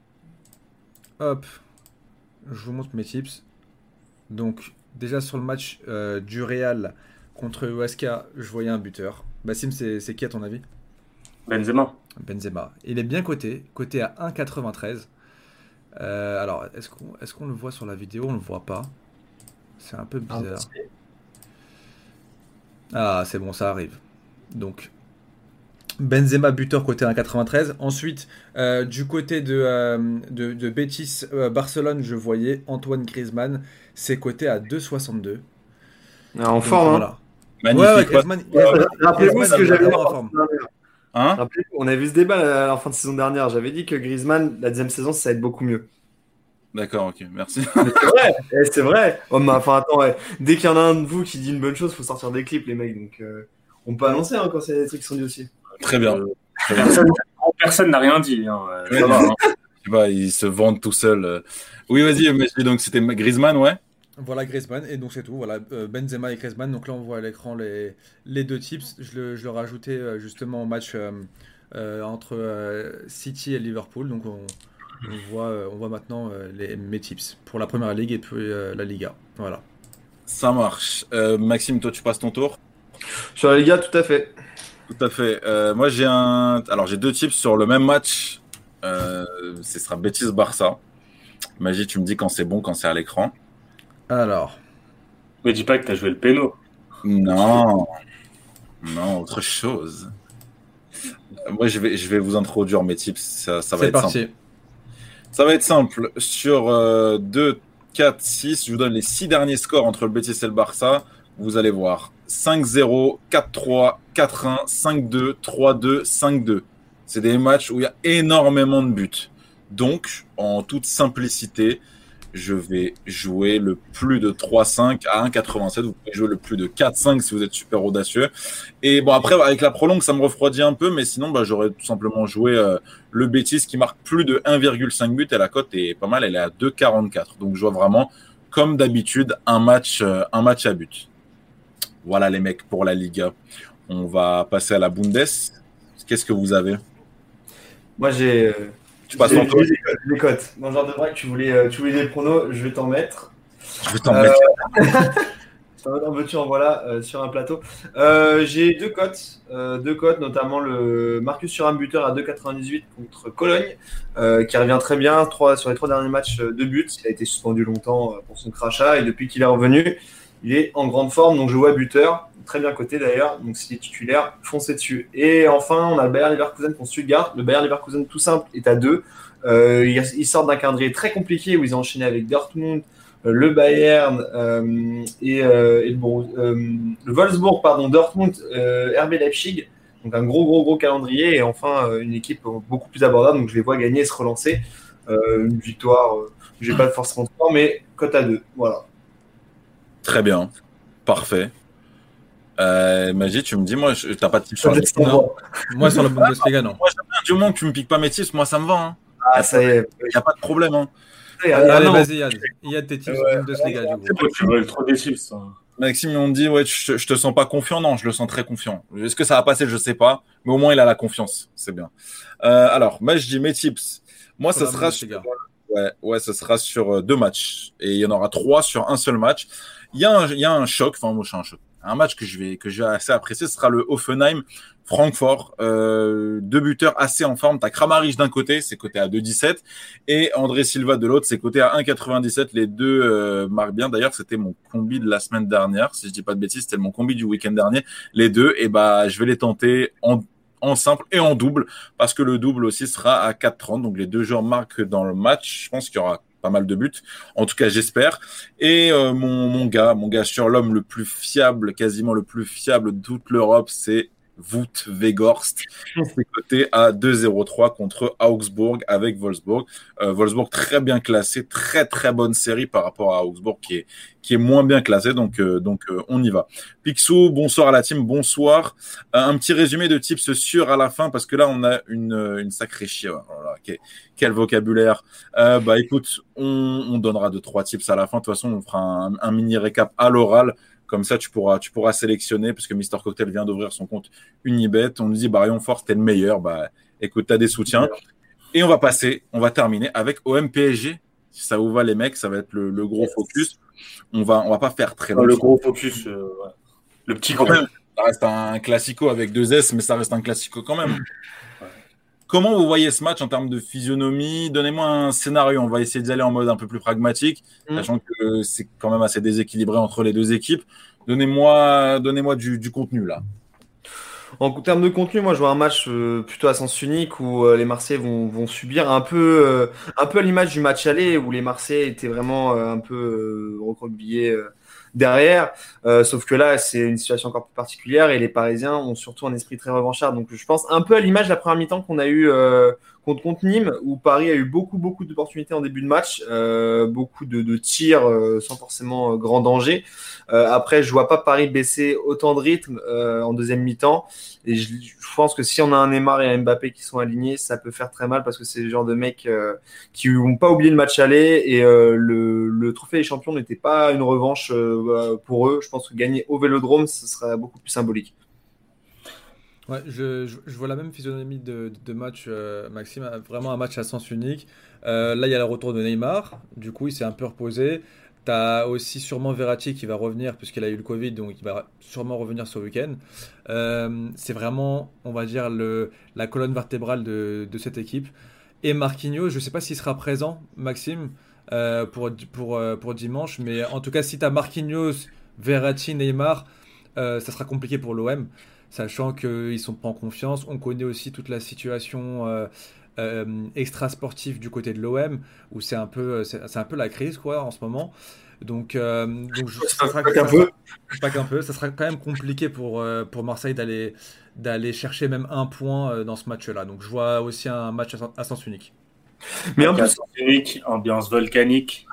Hop. Je vous montre mes tips. Donc, déjà sur le match du Real contre Huesca, je voyais un buteur. Bassim, c'est qui à ton avis? Benzema. Il est bien coté à 1,93. Alors, est-ce qu'on le voit sur la vidéo? On le voit pas. C'est un peu bizarre. Ah, c'est bon, ça arrive. Donc, Benzema buteur côté 1,93. Ensuite, du côté de Betis Barcelone, je voyais Antoine Griezmann. C'est coté à 2,62. En forme, voilà. Magnifique. Ouais, Griezmann, rappelez-vous ce que j'avais dit en forme. Hein? Rappelez-vous, on a vu ce débat à la fin de saison dernière. J'avais dit que Griezmann, la deuxième saison, ça va être beaucoup mieux. D'accord, ok, merci. C'est vrai. Oh, mais enfin, attends, ouais. Dès qu'il y en a un de vous qui dit une bonne chose, faut sortir des clips, les mecs. Donc, on peut annoncer quand c'est des trucs qui sont dits aussi. Très bien. Personne n'a rien dit. Hein. Ouais, Ça va, hein. Je sais pas, ils se vendent tout seuls. Oui, vas-y, monsieur. Donc c'était Griezmann, ouais. Voilà Griezmann, et donc c'est tout. Voilà, Benzema et Griezmann. Donc là, on voit à l'écran les deux tips. Je le rajoutais justement au match entre City et Liverpool. Donc on voit maintenant mes tips pour la première ligue et puis la Liga. Voilà. Ça marche. Maxime, toi, tu passes ton tour? Sur la Liga, tout à fait. Tout à fait. Moi, j'ai deux tips sur le même match. Ce sera Betis-Barça. Magie, tu me dis quand c'est bon, quand c'est à l'écran. Alors. Mais dis pas que t'as joué le péno. Non, autre chose. Moi, je vais vous introduire mes tips. Ça va être simple. Ça va être simple. Sur 2, 4, 6, je vous donne les 6 derniers scores entre le Betis et le Barça. vous allez voir. 5-0, 4-3, 4-1, 5-2, 3-2, 5-2. C'est des matchs où il y a énormément de buts. Donc, en toute simplicité, je vais jouer le plus de 3-5 à 1,87. Vous pouvez jouer le plus de 4-5 si vous êtes super audacieux. Et bon, après, avec la prolongue, ça me refroidit un peu, mais sinon, j'aurais tout simplement joué le Betis qui marque plus de 1,5 but et la cote est pas mal, elle est à 2,44. Donc, je vois vraiment, comme d'habitude, un match à but. Voilà les mecs pour la Liga. On va passer à la Bundes. Qu'est-ce que vous avez? Moi, j'ai Tu passes en toi. les cotes. Dans le genre de break, tu voulais des pronos, je vais t'en mettre. Je vais t'en mettre. En veux-tu, en voilà, sur un plateau. J'ai deux cotes, notamment le Marcus Thuram buteur à 2,98 contre Cologne, qui revient très bien sur les 3 derniers matchs de buts. Il a été suspendu longtemps pour son crachat et depuis qu'il est revenu, il est en grande forme. Donc je vois buteur, très bien coté d'ailleurs. Donc s'il est titulaire, foncez dessus. Et enfin, on a le Bayer Leverkusen contre Stuttgart. Le Bayer Leverkusen, tout simple, est à 2. Ils sortent d'un calendrier très compliqué où ils ont enchaîné avec Dortmund, le Bayern et le Wolfsburg, Dortmund, RB Leipzig. Donc un gros calendrier et enfin une équipe beaucoup plus abordable. Donc je les vois gagner et se relancer. Une victoire, j'ai pas forcément de score, mais cote à 2. Voilà. Très bien. Parfait. Magie, tu me dis, moi, t'as pas de tips sur la Bundesliga? Non. Moi, sur la Bundesliga, non. Moi, j'aime bien. Du moment que tu me piques pas mes tips, moi, ça me va. Hein. Ah, ça y est. Y a pas de problème. Hein. Allez, vas-y, Yann. Il y a tes tips sur Bundesliga, du coup. Tu veux trop des chiffres, ça. Maxime, on me dit, ouais, je te sens pas confiant. Non, je le sens très confiant. Est-ce que ça va passer? Je sais pas. Mais au moins, il a la confiance. C'est bien. Alors, moi, je dis mes tips. Moi, ça sera sur... Ouais, ça sera sur 2 matchs. Et il y en aura 3 sur un seul match. Il y a un choc. Enfin, moi, je suis un choc. Un match que je vais assez apprécier, ce sera le Hoffenheim-Francfort. 2 buteurs assez en forme. T'as Kramaric d'un côté, c'est coté à 2,17. Et André Silva de l'autre, c'est coté à 1,97. Les deux marquent bien. D'ailleurs, c'était mon combi de la semaine dernière. Si je dis pas de bêtises, c'était mon combi du week-end dernier. Les deux, et je vais les tenter en simple et en double, parce que le double aussi sera à 4,30. Donc les deux joueurs marquent dans le match. Je pense qu'il y aura pas mal de buts. En tout cas, j'espère. Et mon gars sur l'homme le plus fiable, quasiment le plus fiable de toute l'Europe, c'est Wout Weghorst. C'est coté à 2,03 contre Augsbourg avec Wolfsburg. Wolfsburg très bien classé, très très bonne série par rapport à Augsbourg qui est moins bien classé. Donc on y va. Picsou, bonsoir à la team, bonsoir. Un petit résumé de tips sûr à la fin parce que là on a une sacrée chienne. Voilà, quel vocabulaire. Écoute, on donnera 2-3 tips à la fin. De toute façon, on fera un mini récap à l'oral. Comme ça, tu pourras sélectionner, parce que Mister Cocktail vient d'ouvrir son compte Unibet. On nous dit, Rayon Force, t'es le meilleur. Écoute, t'as des soutiens. Et on va terminer avec OM PSG. Si ça vous va, les mecs, ça va être le gros focus. On va pas faire très long. Le gros focus, ouais. Le petit quand même. Ça reste un classico avec 2 S, mais ça reste un classico quand même. Comment vous voyez ce match en termes de physionomie? Donnez-moi un scénario. On va essayer d'y aller en mode un peu plus pragmatique, sachant que c'est quand même assez déséquilibré entre les deux équipes. Donnez-moi du contenu là. En termes de contenu, moi je vois un match plutôt à sens unique où les Marseillais vont subir un peu à l'image du match aller où les Marseillais étaient vraiment un peu recroquevillés derrière. Sauf que là, c'est une situation encore plus particulière et les Parisiens ont surtout un esprit très revanchard. Donc je pense un peu à l'image de la première mi-temps qu'on a eu contre Nîmes, où Paris a eu beaucoup d'opportunités en début de match, beaucoup de tirs sans forcément grand danger. Après, je vois pas Paris baisser autant de rythme en deuxième mi-temps. Et je pense que si on a un Neymar et un Mbappé qui sont alignés, ça peut faire très mal parce que c'est le genre de mecs qui n'ont pas oublié le match aller. Et le trophée des champions n'était pas une revanche pour eux. Je pense que gagner au Vélodrome, ce serait beaucoup plus symbolique. Ouais, je vois la même physionomie de match, Maxime, vraiment un match à sens unique. Là, il y a le retour de Neymar, du coup, il s'est un peu reposé. Tu as aussi sûrement Verratti qui va revenir, puisqu'il a eu le Covid, donc il va sûrement revenir ce week-end. C'est vraiment, on va dire, la colonne vertébrale de cette équipe. Et Marquinhos, je ne sais pas s'il sera présent, Maxime, pour dimanche, mais en tout cas, si tu as Marquinhos, Verratti, Neymar, ça sera compliqué pour l'OM. Sachant qu'ils ne sont pas en confiance. On connaît aussi toute la situation extra-sportive du côté de l'OM, où c'est un peu la crise quoi, en ce moment. Donc Pas qu'un peu. Ça sera quand même compliqué pour Marseille d'aller chercher même un point dans ce match-là. Donc je vois aussi un match à sens unique. Mais en plus, Sens unique, ambiance volcanique.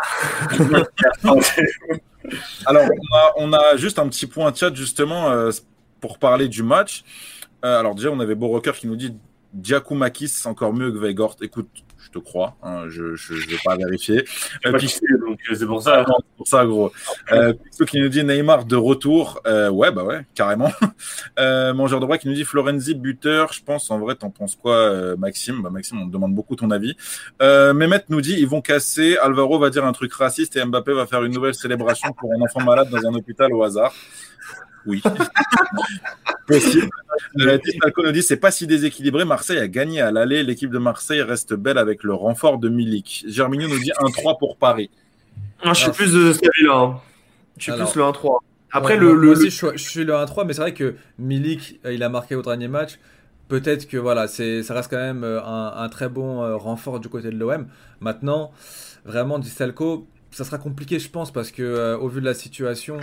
Alors, on a juste un petit point chat, justement, pour parler du match. Alors, déjà, on avait Boroker qui nous dit Giacomakis, c'est encore mieux que Weghorst. Écoute, je te crois, hein, je vais pas vérifier. Donc c'est pour ça. Non, c'est pour ça, gros. Pixo qui nous dit Neymar de retour. Ouais, bah ouais, carrément. Mangeur de bras qui nous dit Florenzi, buteur. Je pense, en vrai, t'en penses quoi, Maxime? Bah, Maxime, on te demande beaucoup ton avis. Mehmet nous dit ils vont casser. Alvaro va dire un truc raciste et Mbappé va faire une nouvelle célébration pour un enfant malade dans un hôpital au hasard. Oui. Possible. Tistalco nous dit c'est pas si déséquilibré. Marseille a gagné à l'aller. L'équipe de Marseille reste belle avec le renfort de Milik. Germinho nous dit 1-3 pour Paris. je suis plus de celui-là. Hein. Je suis plus le 1-3. Après, moi aussi, je suis le 1-3, mais c'est vrai que Milik, il a marqué au dernier match. Peut-être que voilà, ça reste quand même un très bon renfort du côté de l'OM. Maintenant, vraiment, Distalco, ça sera compliqué, je pense, parce que au vu de la situation,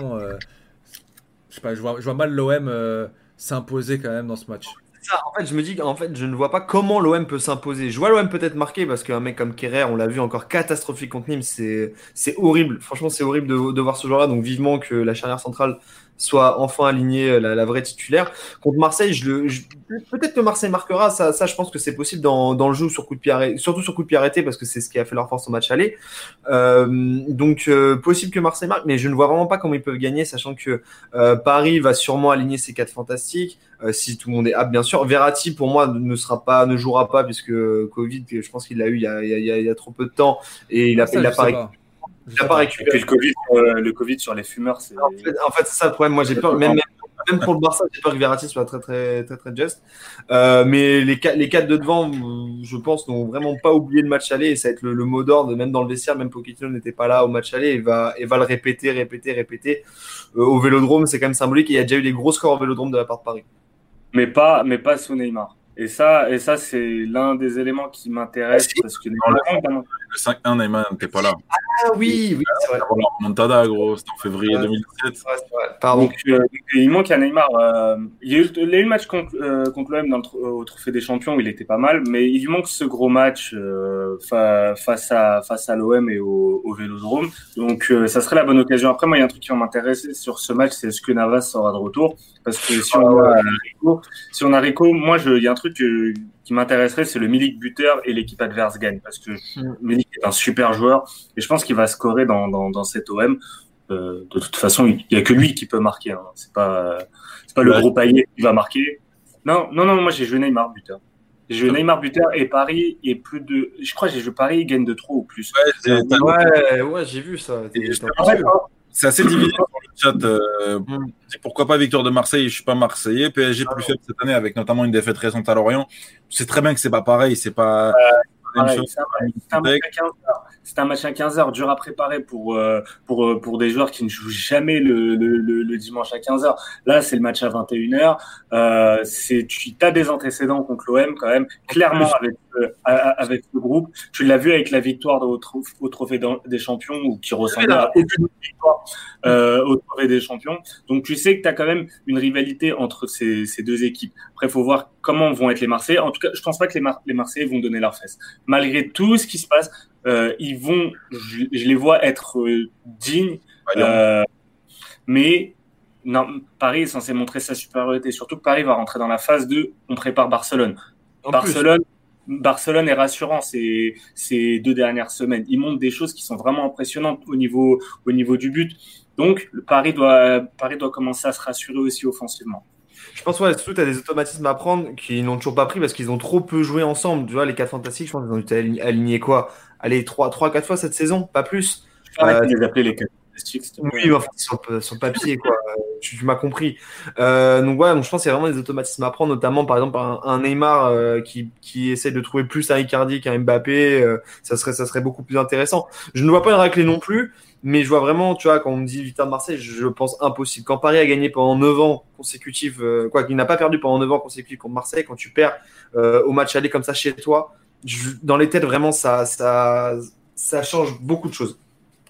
je sais pas, je vois mal l'OM s'imposer quand même dans ce match. Ça, en fait, je me dis qu'en fait, je ne vois pas comment l'OM peut s'imposer. Je vois l'OM peut-être marquer parce qu'un mec comme Kerrer, on l'a vu encore catastrophique contre Nîmes, c'est horrible. Franchement, c'est horrible de voir ce joueur-là. Donc, vivement que la charnière centrale soit enfin alignée, la vraie titulaire. Contre Marseille, peut-être que Marseille marquera. Ça, je pense que c'est possible dans le jeu sur coup de pied arrêté, surtout sur coup de pied arrêté parce que c'est ce qui a fait leur force au match aller. Donc, possible que Marseille marque, mais je ne vois vraiment pas comment ils peuvent gagner, sachant que Paris va sûrement aligner ses 4 fantastiques. Si tout le monde est apte, bien sûr. Verratti, pour moi, ne jouera pas puisque Covid, je pense qu'il l'a eu il y a trop peu de temps et il n'a pas récupéré. Et puis le COVID sur les fumeurs, c'est. En fait, c'est ça le problème. Moi, j'ai peur, même pour le Barça, j'ai peur que Verratti soit très, très, très, très just. Mais les 4 de devant, je pense, n'ont vraiment pas oublié le match aller et ça va être le mot d'ordre, même dans le vestiaire. Même Pochettino n'était pas là au match aller et va le répéter. Au Vélodrome, c'est quand même symbolique. Et il y a déjà eu des gros scores au Vélodrome de la part de Paris. Mais pas sous Neymar. Et ça, c'est l'un des éléments qui m'intéresse parce que le 5-1, Neymar n'était pas là. Ah oui, c'est vrai. La remontada, gros, c'était en février 2017. Pardon. Donc, il manque à Neymar. Il y a eu le match contre l'OM au Trophée des Champions où il était pas mal, mais il lui manque ce gros match face à l'OM et au Vélodrome. Donc, ça serait la bonne occasion. Après, moi, il y a un truc qui va m'intéresser sur ce match, c'est est-ce que Navas sera de retour. Parce que si on a Rico, moi, il y a un truc qui m'intéresserait, c'est le Milik buteur et l'équipe adverse gagne. Parce que Milik est un super joueur et je pense qu'il va scorer dans cet OM. De toute façon, il n'y a que lui qui peut marquer. Hein. C'est pas le gros Payet qui va marquer. Non, moi j'ai joué Neymar buteur. J'ai joué Neymar buteur et Paris est plus de. Je crois que j'ai joué Paris, il gagne de 3 ou plus. Ouais, j'ai vu ça. En fait, c'est assez divisé sur le chat. Pourquoi pas victoire de Marseille? Je suis pas Marseillais. PSG plus faible cette année avec notamment une défaite récente à Lorient. Tu sais très bien que c'est pas pareil. C'est pas. C'est un match à 15h, dur à préparer pour des joueurs qui ne jouent jamais le dimanche à 15h. Là, c'est le match à 21h. Tu as des antécédents contre l'OM quand même, clairement avec le groupe. Tu l'as vu avec la victoire au Trophée des Champions ou qui ressemblait à aucune victoire au Trophée des Champions. Donc, tu sais que tu as quand même une rivalité entre ces deux équipes. Après, il faut voir comment vont être les Marseillais. En tout cas, je pense pas que les Marseillais vont donner leur fesse. Malgré tout ce qui se passe, je les vois être dignes, mais non, Paris est censé montrer sa supériorité. Surtout que Paris va rentrer dans la phase 2, on prépare Barcelone. Barcelone est rassurant ces 2 dernières semaines. Ils montrent des choses qui sont vraiment impressionnantes au niveau du but. Donc, Paris doit commencer à se rassurer aussi offensivement. Je pense surtout tu as des automatismes à prendre qui n'ont toujours pas pris parce qu'ils ont trop peu joué ensemble. Tu vois, les 4 fantastiques, je pense qu'ils ont été alignés quoi? Allez, 3-4 fois cette saison, pas plus. Les appeler les 4 fantastiques. Oui, enfin, sur le papier, quoi. Tu m'as compris. Donc, ouais, je pense qu'il y a vraiment des automatismes à prendre, notamment par exemple un Neymar qui essaie de trouver plus un Icardi qu'un Mbappé. Ça serait beaucoup plus intéressant. Je ne vois pas une raclée non plus. Mais je vois vraiment, tu vois, quand on me dit victoire de Marseille, je pense impossible. Quand Paris a gagné pendant 9 ans consécutifs, qu'il n'a pas perdu pendant 9 ans consécutifs contre Marseille, quand tu perds au match aller comme ça chez toi, dans les têtes, vraiment, ça change beaucoup de choses.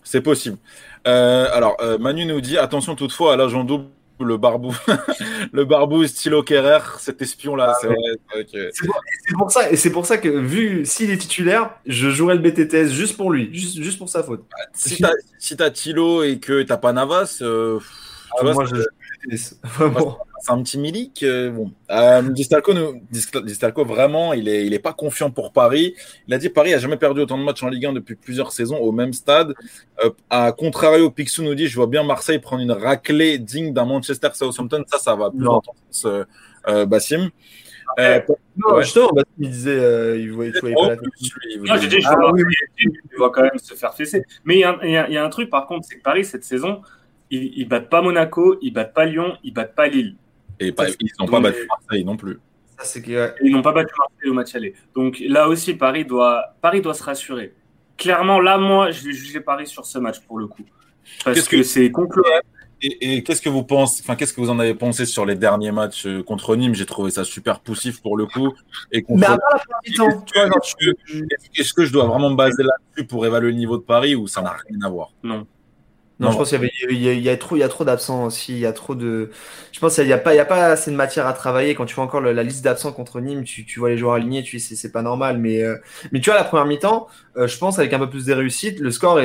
C'est possible. Alors, Manu nous dit attention toutefois à l'agent double, le barbou, le barbou stylo Kerrer, cet espion-là. C'est vrai que... c'est pour ça que, vu s'il est titulaire, je jouerai le BTTS juste pour lui, juste pour sa faute. Si t'as Thilo et que t'as pas Navas, tu vois, moi, je joue le BTTS. Vraiment. c'est un petit Milik. Bon. Distalco, vraiment, il est pas confiant pour Paris. Il a dit Paris a jamais perdu autant de matchs en Ligue 1 depuis plusieurs saisons au même stade. À contrario, Picsou nous dit je vois bien Marseille prendre une raclée digne d'un Manchester Southampton. Ça va plus dans ton sens, Bassim. Non, ouais. justement, il disait il voyait pas la tête. Non, j'ai dit, je vois quand même se faire fesser. Mais il y a un truc, par contre, c'est que Paris, cette saison, ils battent pas Monaco, ils battent pas Lyon, ils battent pas Lille. Et ils n'ont pas battu Marseille non plus. Ça, c'est que, Ils n'ont pas battu Marseille au match aller. Donc là aussi, Paris doit se rassurer. Clairement, là, moi, je vais juger Paris sur ce match pour le coup. Parce que c'est concluant. Et qu'est-ce que vous pensez, qu'est-ce que vous en avez pensé sur les derniers matchs contre Nîmes? J'ai trouvé ça super poussif pour le coup. Et contre... Mais à part la première mi-temps, est-ce que je dois vraiment me baser là-dessus pour évaluer le niveau de Paris ou ça n'a rien à voir? Non, je pense qu'il y a trop d'absents aussi. Il y a trop de. Je pense qu'il y a pas assez de matière à travailler. Quand tu vois encore la liste d'absents contre Nîmes, tu vois les joueurs alignés, c'est pas normal. Mais tu vois, la première mi-temps, je pense avec un peu plus de réussite, le score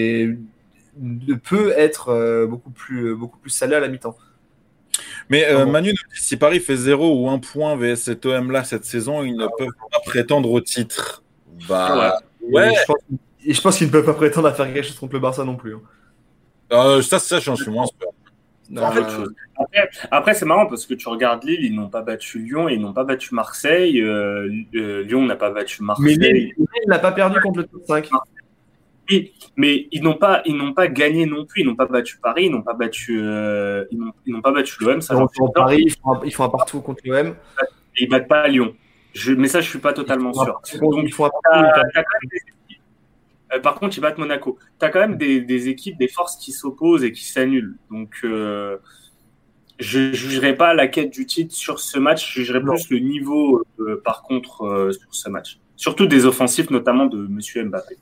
peut être beaucoup plus salé à la mi-temps. Mais Manu nous dit si Paris fait 0 ou 1 point vs cet OM là cette saison, ils ne peuvent pas prétendre au titre. Bah ouais. Et je pense qu'ils ne peuvent pas prétendre à faire quelque chose contre le Barça non plus. Ça, j'en suis moins sûr. Après, c'est marrant parce que tu regardes Lille, ils n'ont pas battu Lyon, ils n'ont pas battu Marseille. Lyon n'a pas battu Marseille. Mais Lille n'a pas perdu contre le top 5. Oui, mais ils n'ont pas gagné non plus. Ils n'ont pas battu Paris, ils n'ont pas battu l'OM. Ça, Paris, ils font un partout contre l'OM. Et ils battent pas Lyon. Mais ça, je suis pas totalement sûr. Donc, ils font un partout. Par contre, ils battent Monaco. Tu as quand même des équipes, des forces qui s'opposent et qui s'annulent. Donc, je ne jugerai pas la quête du titre sur ce match. Je jugerai plus le niveau, par contre, sur ce match. Surtout des offensifs, notamment de M. Mbappé.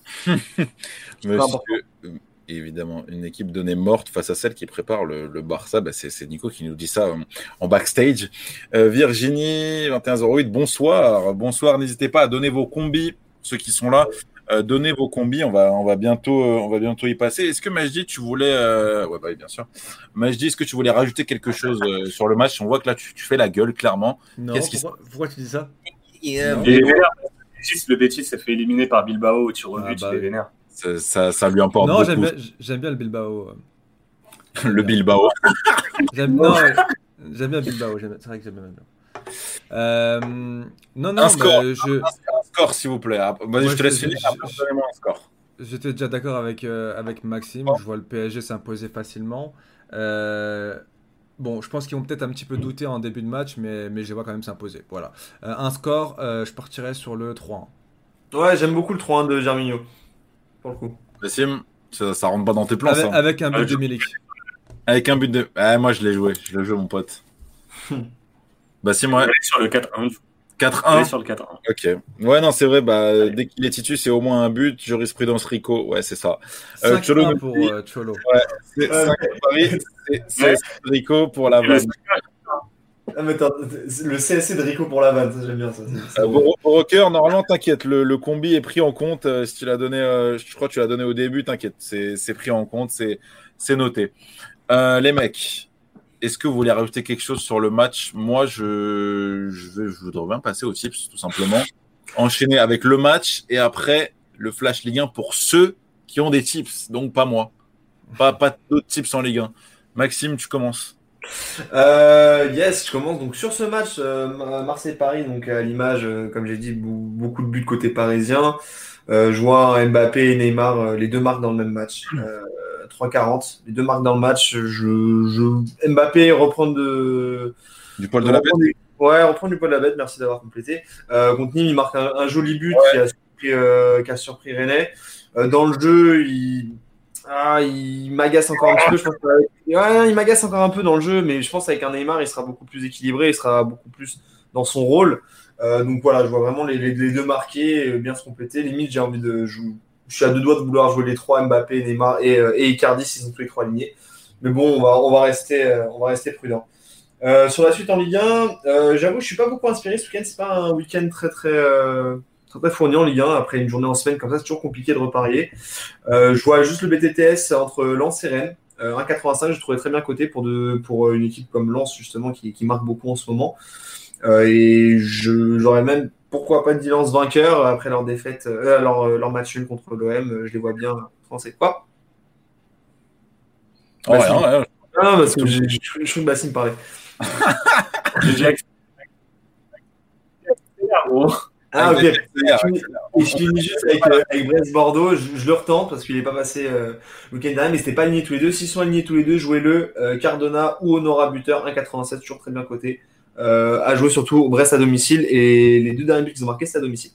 Évidemment, une équipe donnée morte face à celle qui prépare le Barça. C'est Nico qui nous dit ça en backstage. Virginie, 2108, bonsoir. Bonsoir, n'hésitez pas à donner vos combis, ceux qui sont là. Donnez vos combis, on va bientôt y passer. Est-ce que Majdi, tu voulais, oui, bien sûr. Majdi, est-ce que tu voulais rajouter quelque chose sur le match? On voit que là, tu fais la gueule, clairement. Non, pourquoi tu dis ça? Le Betis s'est fait éliminer par Bilbao au tir au but, il est vénère. Ça lui importe beaucoup. Non, j'aime bien le Bilbao. Le Bilbao. J'aime bien Bilbao, c'est vrai que j'aime bien. Non, un score, s'il vous plaît. Vas-y, je te laisse finir. Un score. J'étais déjà d'accord avec Maxime. Je vois le PSG s'imposer facilement. Bon, je pense qu'ils vont peut-être un petit peu douter en début de match, mais je les vois quand même s'imposer. Voilà. Un score, je partirais sur le 3-1. Ouais, j'aime beaucoup le 3-1 de Germinho. Pour le coup. Bassim, ça rentre pas dans tes plans, ça. Avec un but de Milik. Avec un but de. Moi, je l'ai joué, mon pote. Bassim, ouais. Sur le 4-1. 4-1. Sur le 4-1. Ok. Ouais, non, c'est vrai. Dès qu'il est titu, c'est au moins un but. Jurisprudence Rico. Ouais, c'est ça. 5-1 pour Cholo. Ouais, c'est 5 Paris. C'est Rico pour la vanne. Le CSC de Rico pour la vanne, ça j'aime bien ça. Rocker, normalement, t'inquiète. Le combi est pris en compte. Si tu l'as donné, je crois que tu l'as donné au début. T'inquiète, c'est pris en compte. C'est noté. Les mecs. Est-ce que vous voulez rajouter quelque chose sur le match? Moi, je voudrais bien passer aux tips, tout simplement. Enchaîner avec le match et après le Flash Ligue 1 pour ceux qui ont des tips, donc pas moi. Pas d'autres tips en Ligue 1. Maxime, tu commences. Yes, je commence. Donc sur ce match, Marseille-Paris, donc à l'image, comme j'ai dit, beaucoup de buts côté parisien. Je vois Mbappé et Neymar, les deux marques dans le même match. 3,40. Les deux marques dans le match. Mbappé reprendre du poil de la bête. Reprendre du poil de la bête. Merci d'avoir complété. Contre Nîmes, il marque un joli but qui a surpris Rennais. Dans le jeu, il m'agace encore un petit peu. Je pense il m'agace encore un peu dans le jeu, mais je pense qu'avec un Neymar, il sera beaucoup plus équilibré, il sera beaucoup plus dans son rôle. Donc voilà, je vois vraiment les deux marqués, bien se compléter. Limite, j'ai envie de jouer. je suis à 2 doigts de vouloir jouer les 3, Mbappé, Neymar et Icardi, s'ils sont tous les 3 alignés. Mais bon, on va rester prudent. Sur la suite en Ligue 1, j'avoue, je suis pas beaucoup inspiré ce week-end. C'est pas un week-end très fourni en Ligue 1. Après une journée en semaine comme ça, c'est toujours compliqué de reparier. Je vois juste le BTTS entre Lens et Rennes. 1,85, je trouvais très bien coté pour une équipe comme Lens, justement, qui marque beaucoup en ce moment. Et j'aurais même, pourquoi pas, dit Lens vainqueur après leur défaite, leur match nul contre l'OM. Je les vois bien français. Quoi? Ouais, ouais. Non, parce que je trouve que Bassim parlait. J'ai déjà Ah, ok. Et je finis juste avec Brest-Bordeaux. Je le retente parce qu'il n'est pas passé le week-end dernier, mais c'était pas aligné tous les deux. S'ils sont alignés tous les deux, jouez-le. Cardona ou Honora buteur, 1,87, toujours très bien coté. À jouer surtout Brest à domicile. Et les 2 derniers buts qu'ils ont marqués, c'est à domicile.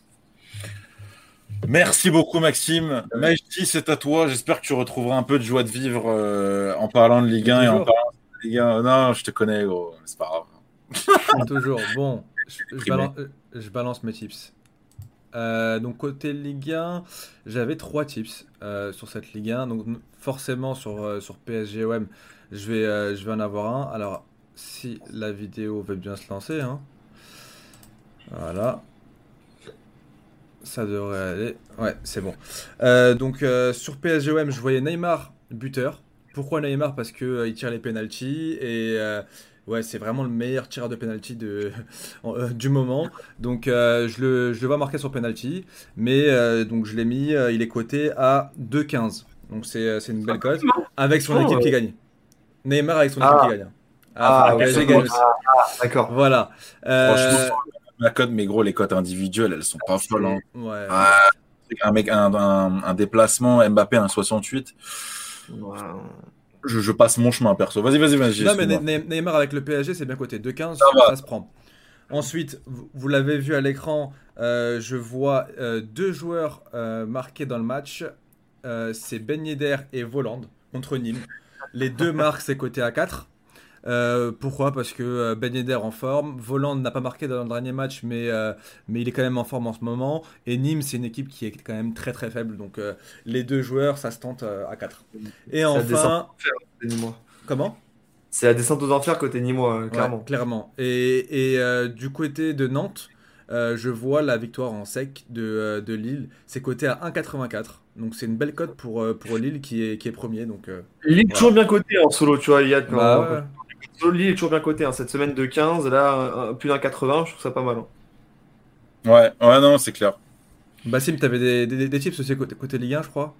Merci beaucoup, Maxime. Majdi, c'est à toi. J'espère que tu retrouveras un peu de joie de vivre en parlant de Ligue 1 et en parlant de Ligue 1. Non, je te connais, gros. C'est pas grave. Toujours. Bon, je balance mes tips. Donc côté Ligue 1, j'avais 3 tips sur cette Ligue 1. Donc forcément sur PSG-OM, je vais en avoir un. Alors si la vidéo veut bien se lancer, hein. Voilà. Ça devrait aller. Ouais, c'est bon. Donc sur PSG-OM, je voyais Neymar buteur. Pourquoi Neymar? Parce que il tire les penalties et ouais, c'est vraiment le meilleur tireur de penalty du moment. Donc je le vois marquer sur penalty, mais donc je l'ai mis. Il est coté à 2,15. Donc c'est une belle cote avec son équipe qui gagne. Neymar avec son équipe qui gagne. PSG gagne aussi. D'accord. Voilà. Franchement, la cote, mais gros, les cotes individuelles, elles sont pas folles. Hein. Ouais. Un déplacement, Mbappé, un 68. Wow. Je passe mon chemin, perso. Vas-y. Non, mais Neymar avec le PSG, c'est bien coté. 2,15, ça se prend. Ensuite, vous l'avez vu à l'écran, je vois 2 joueurs marqués dans le match. C'est Ben Yedder et Voland contre Nîmes. Les 2 marques, c'est coté à 4. Pourquoi? Parce que Ben Yedder en forme, Voland n'a pas marqué dans le dernier match, mais il est quand même en forme en ce moment. Et Nîmes, c'est une équipe qui est quand même très très faible. Donc les 2 joueurs, ça se tente à 4. Et enfin. Comment? C'est la descente aux enfers côté Nîmois, clairement. Ouais, clairement. Et du côté de Nantes, je vois la victoire en sec de Lille. C'est coté à 1,84. Donc c'est une belle cote pour Lille qui est premier. Donc, Lille est toujours bien coté en solo, tu vois, Yad. Ouais. Lille est toujours bien coté. Cette semaine de 15, là, plus d'1,80, je trouve ça pas mal. Ouais, non, c'est clair. Bassim, t'avais des tips aussi côté Ligue 1, je crois.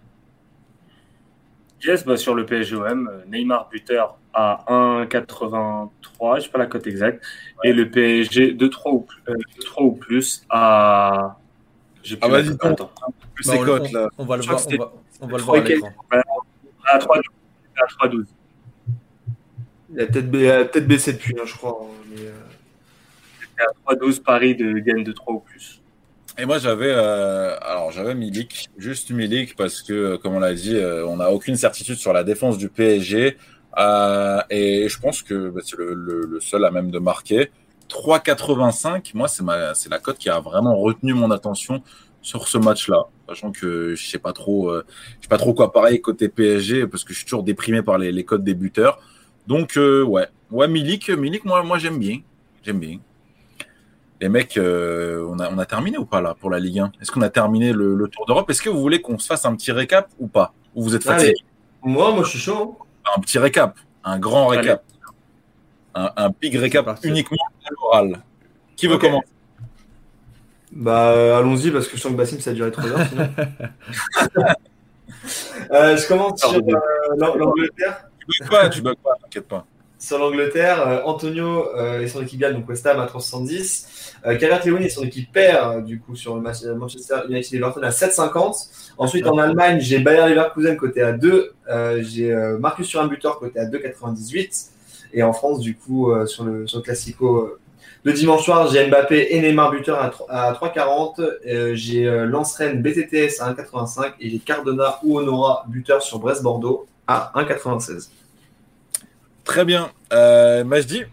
Yes, sur le PSG-OM, Neymar buteur à 1,83, je sais pas la cote exacte, et le PSG 2-3 ou plus à. Vas-y, donc. Ces cotes là. On va le voir à l'écran. À 3,12. Il a peut-être baissé depuis, je crois. C'était à 3,12 Paris de gain de 3 ou plus. Et moi, j'avais Milik, juste Milik, parce que, comme on l'a dit, on n'a aucune certitude sur la défense du PSG. Et je pense que c'est le seul à même de marquer. 3,85, moi, c'est la cote qui a vraiment retenu mon attention sur ce match-là. Sachant que je sais pas trop quoi pareil côté PSG, parce que je suis toujours déprimé par les cotes des buteurs. Donc, ouais, Milik, moi, j'aime bien. Les mecs, on a terminé ou pas là pour la Ligue 1? Est-ce qu'on a terminé le Tour d'Europe? Est-ce que vous voulez qu'on se fasse un petit récap ou pas? Ou vous êtes fatigué? Moi, je suis chaud. Un petit récap, un grand récap, un big récap uniquement à l'oral. Qui veut commencer? Allons-y parce que je sens que Bassim ça a duré trop bien. Sinon. Je commence sur l'Angleterre. Tu bugs pas, t'inquiète pas. Sur l'Angleterre, Antonio et son équipe gagne, donc West Ham à 3,70. Calvert-Lewin et son équipe perd du coup sur le match Manchester United et Everton à 7,50. Ensuite en Allemagne, j'ai Bayer Leverkusen côté à 2. J'ai Marcus Thuram buteur côté à 2,98. Et en France, du coup, sur le Classico de dimanche soir, j'ai Mbappé et Neymar buteur à 3,40. J'ai Lens-Rennes BTTS à 1,85. Et j'ai Cardona ou Honora buteur sur Brest-Bordeaux à 1,96. Très bien. Majdi?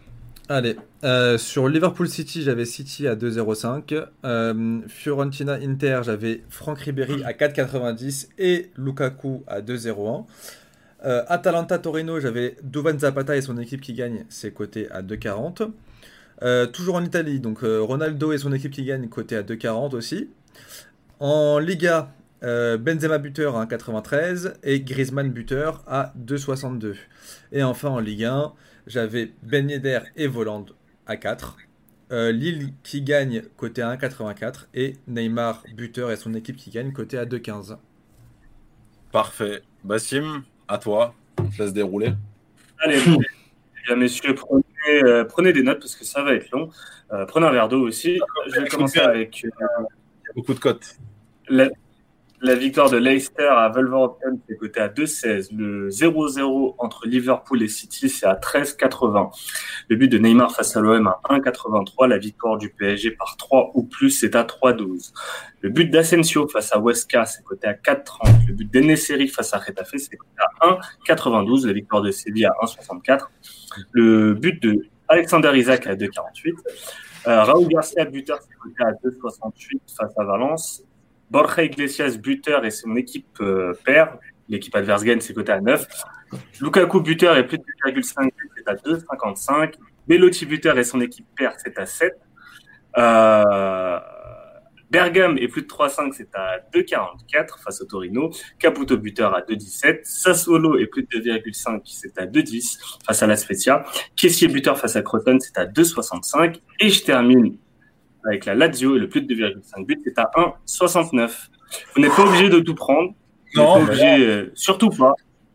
Allez, sur Liverpool City, j'avais City à 2,05. Fiorentina Inter, j'avais Franck Ribéry à 4,90 et Lukaku à 2,01. Atalanta Torino, j'avais Duvan Zapata et son équipe qui gagne, c'est coté à 2,40. Toujours en Italie, donc Ronaldo et son équipe qui gagne, coté à 2,40 aussi. En Liga, Benzema buteur à 1,93 et Griezmann buteur à 2,62. Et enfin en Ligue 1, j'avais Ben Yedder et Voland à 4. Lille qui gagne côté à 1,84 et Neymar buteur et son équipe qui gagne côté à 2,15. Parfait. Bassim, à toi. Je laisse dérouler. Allez, bien, messieurs, prenez des notes parce que ça va être long. Prenez un verre d'eau aussi. Je vais commencer avec Beaucoup de cotes. la victoire de Leicester à Wolverhampton, c'est coté à 2,16. Le 0-0 entre Liverpool et City, c'est à 13,80. Le but de Neymar face à l'OM à 1,83. La victoire du PSG par 3 ou plus, c'est à 3,12. Le but d'Asensio face à Huesca, c'est coté à 4,30. Le but d'Enesiri face à Getafe, c'est coté à 1,92. La victoire de Séville à 1,64. Le but de Alexander Isak à 2,48. Raúl Garcia, buteur, c'est coté à 2,68 face à Valence. Borja Iglesias, buteur, et son équipe perd. L'équipe adverse gagne, c'est coté à 9. Lukaku, buteur, et plus de 2,5 buts, c'est à 2,55. Belotti, buteur, et son équipe perd, c'est à 7. Bergame, et plus de 3,5, c'est à 2,44 face au Torino. Caputo, buteur, à 2,17. Sassuolo, et plus de 2,5, c'est à 2,10 face à la Spezia. Kessié, buteur, face à Crotone, c'est à 2,65. Et je termine avec la Lazio et le plus de 2,5 buts, c'est à 1,69. Vous n'êtes pas obligé de tout prendre. Vous n'êtes pas obligé, surtout pas.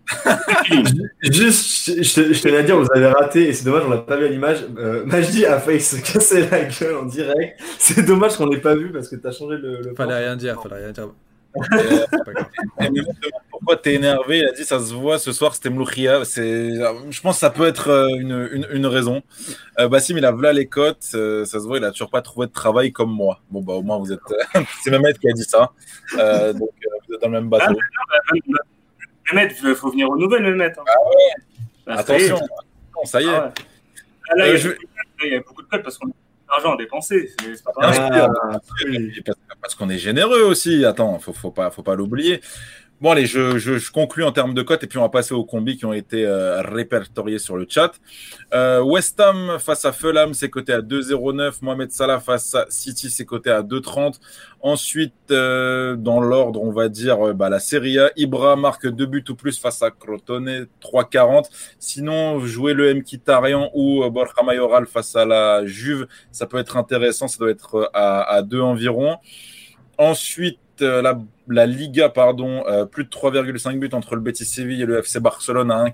Juste, je tenais à dire, vous avez raté, et c'est dommage, on l'a pas vu à l'image. Majdi a failli se casser la gueule en direct. C'est dommage qu'on l'ait pas vu parce que t'as changé le Fallait rien dire. C'est pas grave. Et me demande pourquoi t'es énervé. Il a dit ça se voit ce soir, c'était Mloukhia. Je pense que ça peut être une raison. Bassim, il a voilà les cotes. Ça se voit, il a toujours pas trouvé de travail comme moi. Bon, bah, au moins, vous êtes. C'est Mehmet qui a dit ça. Donc, vous êtes dans le même bateau. Mehmet, il faut venir aux nouvelles, Mehmet. Hein. Ah ouais. Attention, ça y est. Ah ouais. Là, il y a beaucoup de codes parce qu'on a d'argent à dépenser. C'est pas pareil. Parce qu'on est généreux aussi. Attends, faut pas l'oublier. Bon, allez, je conclue en termes de cotes et puis on va passer aux combis qui ont été répertoriés sur le chat. West Ham face à Fulham, c'est coté à 2,09. Mohamed Salah face à City, c'est coté à 2,30. Ensuite, dans l'ordre, on va dire la Serie A. Ibra marque 2 buts ou plus face à Crotone, 3,40. Sinon, jouer le Mkhitaryan ou Borja Mayoral face à la Juve, ça peut être intéressant. Ça doit être à 2 environ. Ensuite, la Liga, plus de 3,5 buts entre le Betis Séville et le FC Barcelone à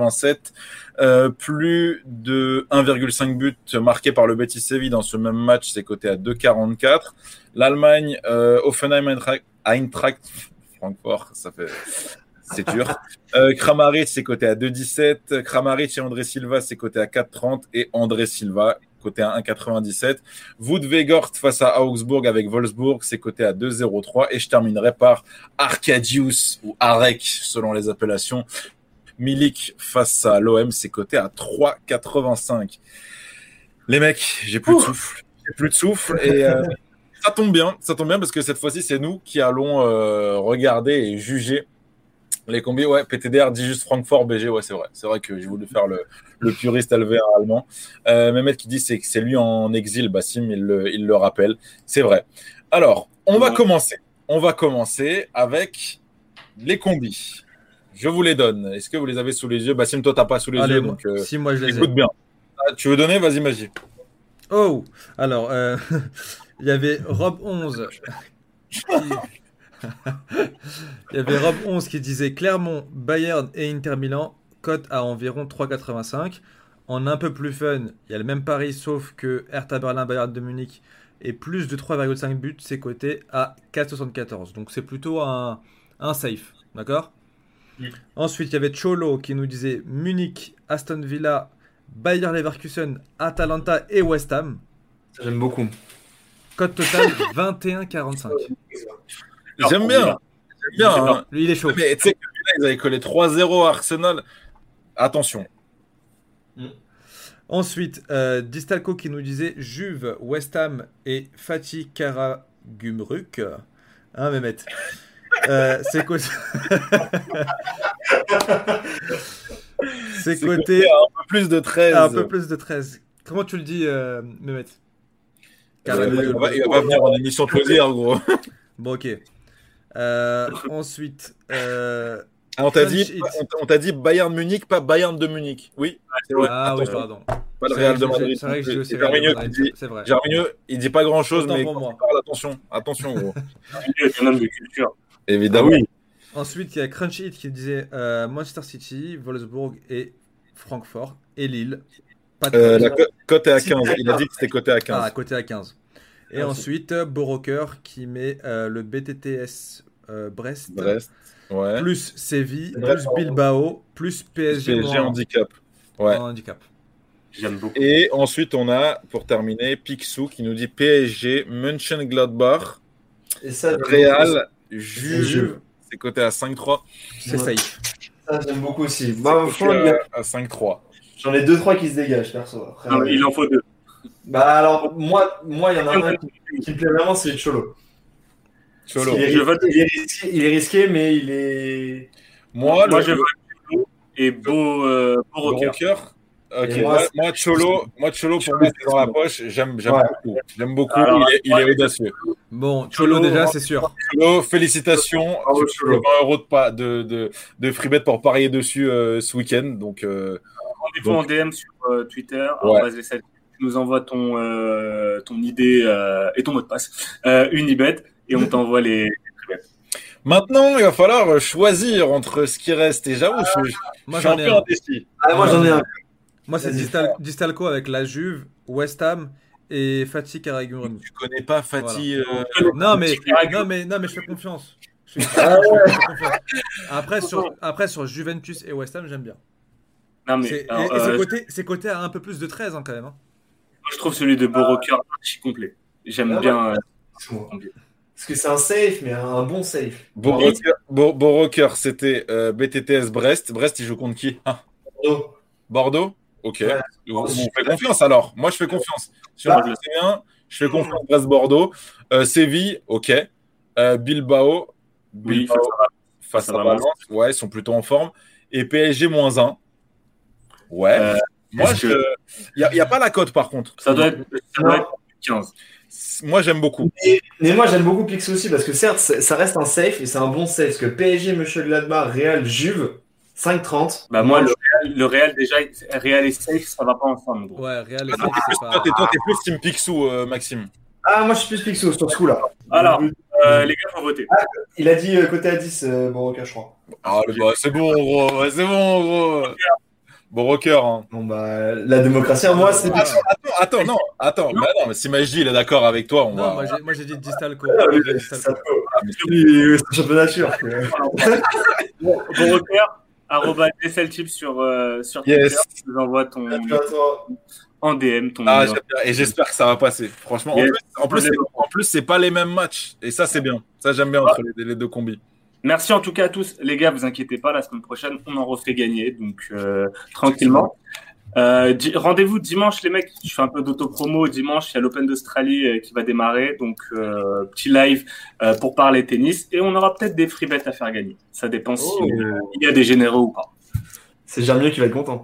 1,87. Plus de 1,5 buts marqués par le Betis Séville dans ce même match, c'est coté à 2,44. L'Allemagne, Hoffenheim Eintracht Francfort, c'est dur. Kramaric, c'est coté à 2,17. Kramaric et André Silva, c'est coté à 4,30. Et André Silva, côté à 1,97. Wout Weghorst face à Augsbourg avec Wolfsburg, c'est coté à 2,03. Et je terminerai par Arkadiusz ou Arek, selon les appellations. Milik face à l'OM, c'est coté à 3,85. Les mecs, j'ai plus de souffle. Et ça tombe bien parce que cette fois-ci, c'est nous qui allons regarder et juger les combis. Ouais, PTDR dit juste Francfort, BG, ouais, c'est vrai. C'est vrai que j'ai voulu faire le puriste LVR allemand. Mehmet qui dit que c'est lui en exil, Bassim, il le rappelle. C'est vrai. Alors, on va commencer avec les combis. Je vous les donne. Est-ce que vous les avez sous les yeux? Bassim, toi, t'as pas sous les yeux. Donc, si, moi, je les ai. Écoute bien. Tu veux donner? Vas-y, Magie. Oh, alors, il y avait Rob 11. Il y avait Rob 11 qui disait Clermont, Bayern et Inter Milan, cote à environ 3,85. En un peu plus fun, il y a le même pari sauf que Hertha Berlin, Bayern de Munich et plus de 3,5 buts, c'est coté à 4,74. Donc c'est plutôt un safe, d'accord? Ensuite, il y avait Cholo qui nous disait Munich, Aston Villa, Bayer Leverkusen, Atalanta et West Ham. J'aime beaucoup. Cote totale 21,45. J'aime bien. Hein. Lui, il est chaud. Mais tu sais que là, ils avaient collé 3-0 à Arsenal. Attention. Ensuite, Distalco qui nous disait Juve, West Ham et Fatih Karagümrük. Hein, Mehmet. C'est quoi C'est côté un peu plus de 13. un peu plus de 13. Comment tu le dis, Mehmet? Il va pas venir en émission de plaisir, gros. Bon, ok. Ensuite, On t'a dit Bayern Munich, pas Bayern de Munich. Oui, c'est vrai. ah oui, pardon. Pas le Real de Madrid. C'est vrai que je dis aussi Et Real de Germinho Madrid, qui dit- c'est vrai. Germinho, il dit pas grand chose, Autant mais pour quand moi. il parle, attention, gros. Il est un homme de culture. Évidemment. Ah oui. Ensuite, il y a Crunchy Hit qui disait Manchester City, Wolfsburg et Francfort et Lille. Pas de La cote est à 15. Il a dit que c'était coté à 15. Ah, côté à 15. Et Ah, ensuite, Boroker qui met le BTTS Brest, Brest. Ouais. plus Séville, Ouais. plus Bilbao, plus PSG, PSG en handicap. Ouais. handicap. J'aime beaucoup. Et ensuite, on a, pour terminer, Picsou qui nous dit PSG, Mönchengladbach, Et ça, Real, Juve. Juve. C'est coté à 5-3. C'est safe. Ça, j'aime beaucoup aussi. C'est Bah, coté franchement, il y a- à 5-3. j'en ai 2-3 qui se dégagent, perso. Après, Non, mais il en faut deux. Bah alors, moi, il y en a un qui me plaît vraiment, c'est Cholo. Cholo. Il est, Je vote. il est risqué, mais il est... Moi, Moi, le je vote Cholo et Beau Rocker. Rocker. Ok, Et moi, moi, Cholo, pour moi, c'est dans la poche. J'aime Ouais. beaucoup. J'aime beaucoup. Alors, Il est audacieux. Bon, Cholo Cholo, déjà, hein. c'est sûr. Cholo, félicitations. Bravo, Tu Cholo. fais 20 euros de free bet pour parier dessus ce week-end. Donc, Rendez-vous en DM sur Twitter. Ouais. arobase @SL. Tu nous envoies ton idée et ton mot de passe. Unibet. Et on t'envoie les free bets. maintenant, il va falloir choisir entre ce qui reste. Et j'avoue, je Moi, suis un j'en ai peu un. indécis. Ah, moi, j'en ai un. Moi, c'est Vas-y. Distalco avec la Juve, West Ham et Fatih Karagümrük. Tu connais pas Fatih. Non, mais je fais confiance. Je fais confiance. Après, sur Juventus et West Ham, j'aime bien. Non, mais Et alors, c'est coté à un peu plus de 13 hein, quand même. Hein. je trouve celui de Beau Rocker archi complet. J'aime Ah, bien. Parce que c'est un safe, mais un bon safe. Borocker, c'était BTTS Brest. Brest, il joue contre qui? Ah, Oh. Bordeaux? Ok. Ouais. Vous faites confiance alors. Moi, je fais confiance. Si on Bah. le sait bien, je fais confiance Brest-Bordeaux. Séville, ok. Bilbao. Oui, Face à va Valence. Ouais, ils sont plutôt en forme. Et PSG -1. Ouais. Moi, est-ce il n'y a pas la cote par contre. ça doit être 15. Moi, j'aime beaucoup. Mais moi, j'aime beaucoup Pix aussi, parce que certes, ça reste un safe, et c'est un bon safe, parce que PSG, Mönchengladbach, Real, Juve, 5,30. Bah, moi, le Real, déjà, Real et safe, ça va pas ensemble. Gros. Ouais, Real et Toi, Saint, c'est pas... t'es plus Team Picsou, Maxime. Ah, moi, je suis plus Pixo sur ce coup-là. Alors, les gars, faut voter. Il a dit côté à 10, bon, ok, je crois. Ah, c'est bon, gros. Ouais, c'est bon, gros. Bon rocker, hein. Bon, bah, la démocratie, moi, c'est Pixo. Attends. Mais si Majdi, il est d'accord avec toi, on Non, va. moi j'ai dit Distalco. Ah, oui, J'ai dit ça Distalco. peut. C'est championnat sûr. Beau Rocker, @SLTip sur Twitter. Yes. Tu nous envoies ton en DM ton Ah, numéro. et j'espère que ça va passer. Franchement, Yes. en plus, c'est pas les mêmes matchs. Et ça, c'est bien. Ça, j'aime bien entre les deux combis. Merci en tout cas à tous. Les gars, vous inquiétez pas, la semaine prochaine, on en refait gagner. Donc, tranquillement. Rendez-vous dimanche, les mecs. Je fais un peu d'auto-promo. Dimanche, il y a l'Open d'Australie qui va démarrer. Donc, petit live pour parler tennis. Et on aura peut-être des free bets à faire gagner. Ça dépend si il y a des généraux ou pas. C'est Germinho qui va être content.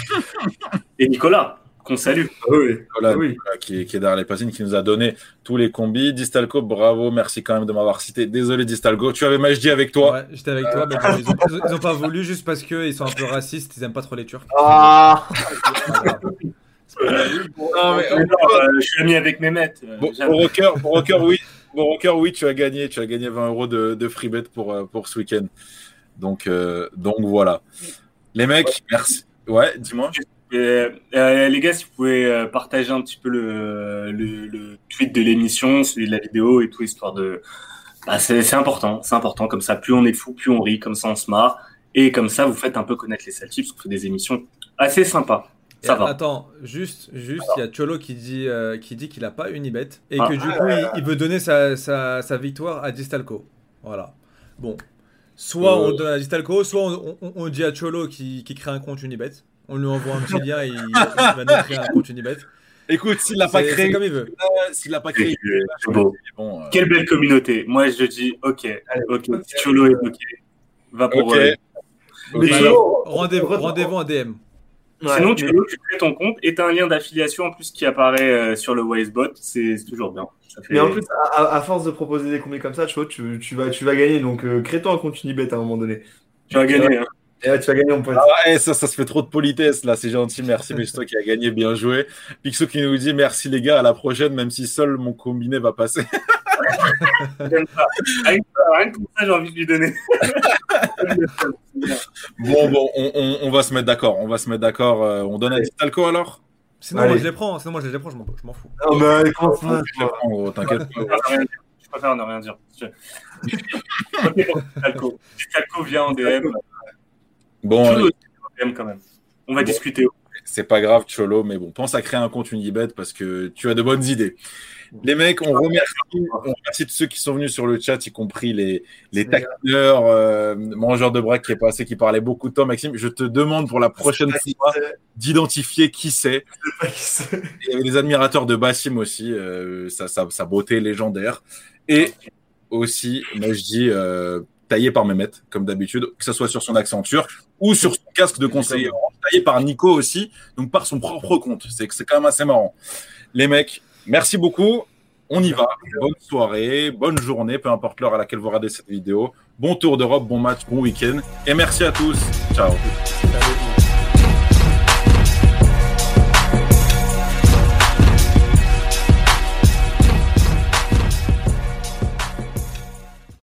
Et Nicolas, qu'on salue. Oui. Voilà, Oui. qui est derrière les platines, qui nous a donné tous les combis. Distalco, bravo, merci quand même de m'avoir cité. Désolé, Distalco. Tu avais Majdi avec toi. Ouais, j'étais avec toi, mais ils ont pas voulu juste parce qu'ils sont un peu racistes, ils aiment pas trop les Turcs. Ah. Non, mais, Je suis ami avec Mehmet. Bon rocker, oui, tu as gagné 20 euros de free bet pour ce week-end. Donc voilà. Les mecs, merci. Ouais, dis-moi. Les gars, si vous pouvez partager un petit peu le tweet de l'émission, celui de la vidéo et tout, histoire de... Bah, c'est important, comme ça, plus on est fou, plus on rit, comme ça on se marre, et comme ça vous faites un peu connaître les Celtics, parce qu'on fait des émissions assez sympas. Ça va. Attends, juste, il y a Cholo qui dit qu'il a pas Unibet et que du coup il veut donner sa victoire à Distalco. Voilà. Bon, soit on donne à Distalco, soit on dit à Cholo qui crée un compte Unibet. On lui envoie un petit lien et il va nous créer un compte Unibet. Écoute, s'il l'a pas C'est créé, comme il veut. s'il l'a pas créé, C'est beau. bon, Quelle belle communauté. Moi, je dis, ok, si Cholo est ok, va pour... ok. Mais Et- Cholo, Rendez-vous en DM. ouais, Sinon, mais- tu crées ton compte et tu as un lien d'affiliation en plus qui apparaît sur le Wisebot. C'est toujours bien. Ça fait- Mais en plus, à force de proposer des combis comme ça, Cholo, tu vas gagner. Donc, crée-toi un compte Unibet à un moment donné. tu vas gagner. Hein. Et là, tu vas gagner, mon pote. Ah ouais, ça se fait trop de politesse là, c'est gentil, merci Besto qui a gagné, bien joué. Pixo qui nous dit merci les gars, à la prochaine, même si seul mon combiné va passer. J'aime ça. Rien que pour ça, j'ai envie de lui donner. Bon, on va se mettre d'accord, on donne un petit talco alors. Sinon, Allez. moi, je les prends, je m'en fous. Ah, bah, comment ça, Je les prends, gros, t'inquiète pas. Je préfère ne rien dire. Ok, pour Calco. Calco vient en DM. Bon, Cholo en DM quand même. On va discuter. c'est pas grave, Cholo, mais bon, pense à créer un compte Unibet parce que tu as de bonnes idées. Les mecs, on remercie tous ceux qui sont venus sur le chat, y compris les taquineurs, mangeurs de braque qui est passé, qui parlait beaucoup de toi, Maxime. Je te demande pour la prochaine fois d'identifier qui c'est. Il y avait des admirateurs de Bassim aussi, sa beauté légendaire. Et aussi, moi je dis, taillé par Mehmet, comme d'habitude, que ce soit sur son Accenture ou sur son casque de conseiller. Taillé par Nico aussi, donc par son propre compte. C'est quand même assez marrant. Les mecs, merci beaucoup. On y va. Bonne soirée, bonne journée, peu importe l'heure à laquelle vous regardez cette vidéo. Bon tour d'Europe, bon match, bon week-end. Et merci à tous. Ciao.